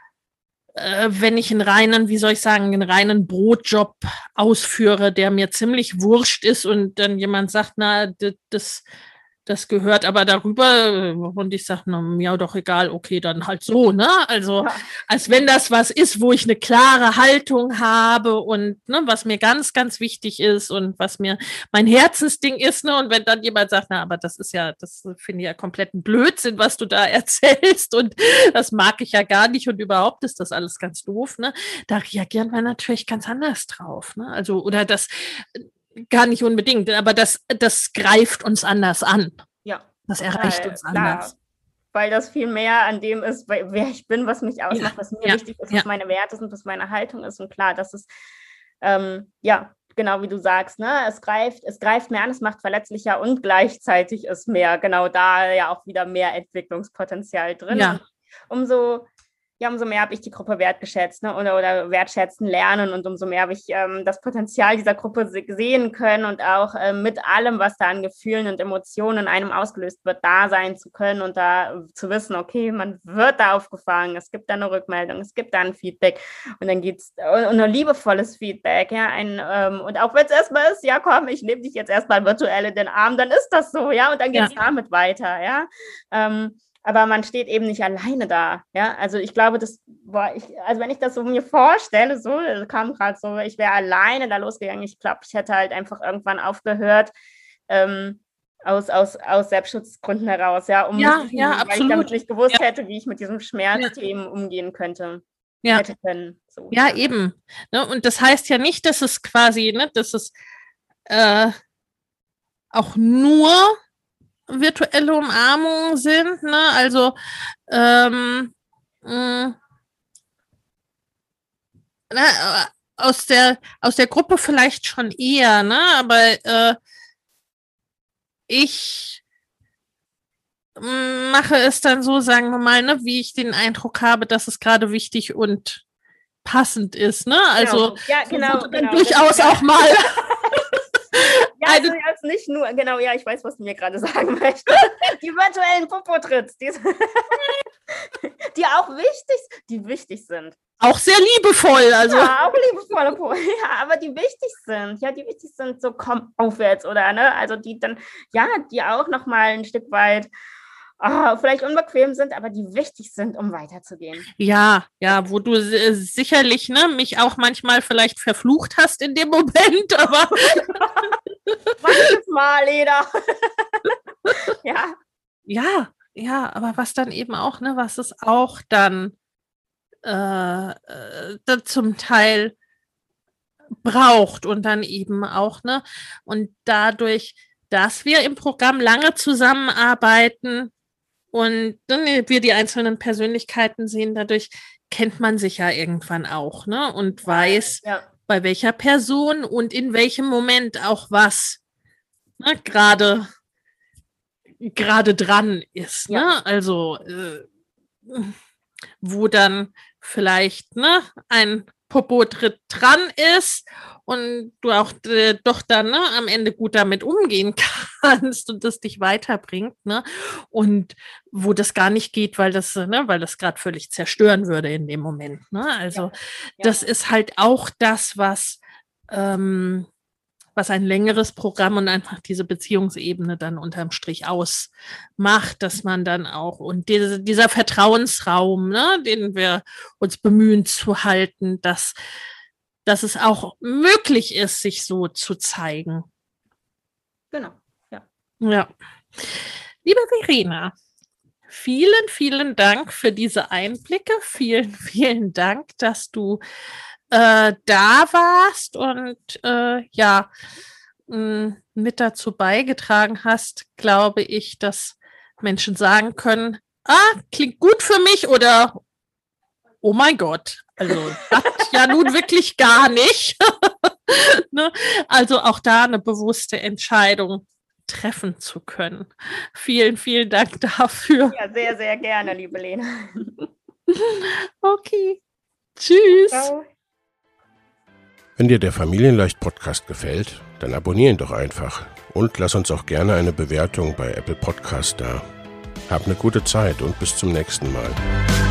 äh, wenn ich einen reinen, wie soll ich sagen, einen reinen Brotjob ausführe, der mir ziemlich wurscht ist und dann jemand sagt, na, das, das das gehört aber darüber und ich sage, na, mir doch egal, okay, dann halt so, ne? Also, ja. Als wenn das was ist, wo ich eine klare Haltung habe und ne, was mir ganz, ganz wichtig ist und was mir mein Herzensding ist, ne? Und wenn dann jemand sagt, na, aber das ist ja, das finde ich ja kompletten Blödsinn, was du da erzählst und das mag ich ja gar nicht und überhaupt ist das alles ganz doof, ne? Da reagieren wir natürlich ganz anders drauf, ne? Also, oder das gar nicht unbedingt, aber das, das greift uns anders an. Ja. Das erreicht klar, uns anders. Klar. Weil das viel mehr an dem ist, wer ich bin, was mich ausmacht, ja. was mir ja. wichtig ist, was ja. meine Werte sind, was meine Haltung ist. Und klar, das ist, ähm, ja, genau wie du sagst, ne? Es greift, es greift mehr an, es macht verletzlicher und gleichzeitig ist mehr, genau da ja auch wieder mehr Entwicklungspotenzial drin. Ja. Umso Ja, umso mehr habe ich die Gruppe wertgeschätzt ne, oder, oder wertschätzen lernen und umso mehr habe ich ähm, das Potenzial dieser Gruppe sehen können und auch ähm, mit allem, was da an Gefühlen und Emotionen in einem ausgelöst wird, da sein zu können und da zu wissen, okay, man wird da aufgefangen, es gibt da eine Rückmeldung, es gibt da ein Feedback und dann geht es und ein liebevolles Feedback, ja, ein, ähm, und auch wenn es erstmal ist, ja komm, ich nehme dich jetzt erstmal virtuell in den Arm, dann ist das so, ja, und dann geht es ja. damit weiter, ja, ähm, aber man steht eben nicht alleine da, ja, also ich glaube, das war, ich, also wenn ich das so mir vorstelle, so, das kam gerade so, ich wäre alleine da losgegangen, ich glaube, ich hätte halt einfach irgendwann aufgehört, ähm, aus, aus, aus Selbstschutzgründen heraus, ja, um ja, nicht, ja, weil absolut. ich damit nicht gewusst ja. hätte, wie ich mit diesem Schmerzthemen ja. umgehen könnte. Ja, hätte können. So, ja, ja, eben. Ne? Und das heißt ja nicht, dass es quasi, ne, dass es äh, auch nur virtuelle Umarmungen sind, ne? Also ähm, mh, na, aus der aus der Gruppe vielleicht schon eher, ne? Aber äh, ich mh, mache es dann so, sagen wir mal, ne, wie ich den Eindruck habe, dass es gerade wichtig und passend ist, ne? Also ja, genau, so genau, durchaus genau. auch mal. Ja, also jetzt nicht nur, genau, ja, ich weiß, was du mir gerade sagen möchtest. Die virtuellen Popotritt, die, die auch wichtig, die wichtig sind. Auch sehr liebevoll, also. Ja, auch liebevolle Popotritt, ja, aber die wichtig sind, ja, die wichtig sind, so komm aufwärts, oder, ne, also die dann, ja, die auch nochmal ein Stück weit oh, vielleicht unbequem sind, aber die wichtig sind, um weiterzugehen. Ja, ja, wo du äh, sicherlich, ne, mich auch manchmal vielleicht verflucht hast in dem Moment, aber manches Mal, Leda. Ja. Ja, ja, aber was dann eben auch, ne, was es auch dann äh, äh, zum Teil braucht und dann eben auch, ne, und dadurch, dass wir im Programm lange zusammenarbeiten und ne, wir die einzelnen Persönlichkeiten sehen, dadurch kennt man sich ja irgendwann auch, ne, und weiß, ja. bei welcher Person und in welchem Moment auch was ne, gerade gerade dran ist, ja. ne? Also äh, wo dann vielleicht ne ein Popotritt dran ist und du auch äh, doch dann ne, am Ende gut damit umgehen kannst und das dich weiterbringt, ne? Und wo das gar nicht geht, weil das, ne, weil das gerade völlig zerstören würde in dem Moment. Ne? Also ja. Ja. Das ist halt auch das, was ähm, was ein längeres Programm und einfach diese Beziehungsebene dann unterm Strich ausmacht, dass man dann auch, und diese, dieser Vertrauensraum, ne, den wir uns bemühen zu halten, dass, dass es auch möglich ist, sich so zu zeigen. Genau, ja. Ja. Liebe Verena, vielen, vielen Dank für diese Einblicke. Vielen, vielen Dank, dass du Äh, da warst und äh, ja mh, mit dazu beigetragen hast, glaube ich, dass Menschen sagen können, ah, klingt gut für mich oder oh mein Gott, also das ja nun wirklich gar nicht. Ne? Also auch da eine bewusste Entscheidung treffen zu können. Vielen, vielen Dank dafür. Ja, sehr, sehr gerne, liebe Lena. Okay, tschüss. Ciao. Wenn dir der Familienleicht-Podcast gefällt, dann abonnier ihn doch einfach und lass uns auch gerne eine Bewertung bei Apple Podcast da. Hab eine gute Zeit und bis zum nächsten Mal.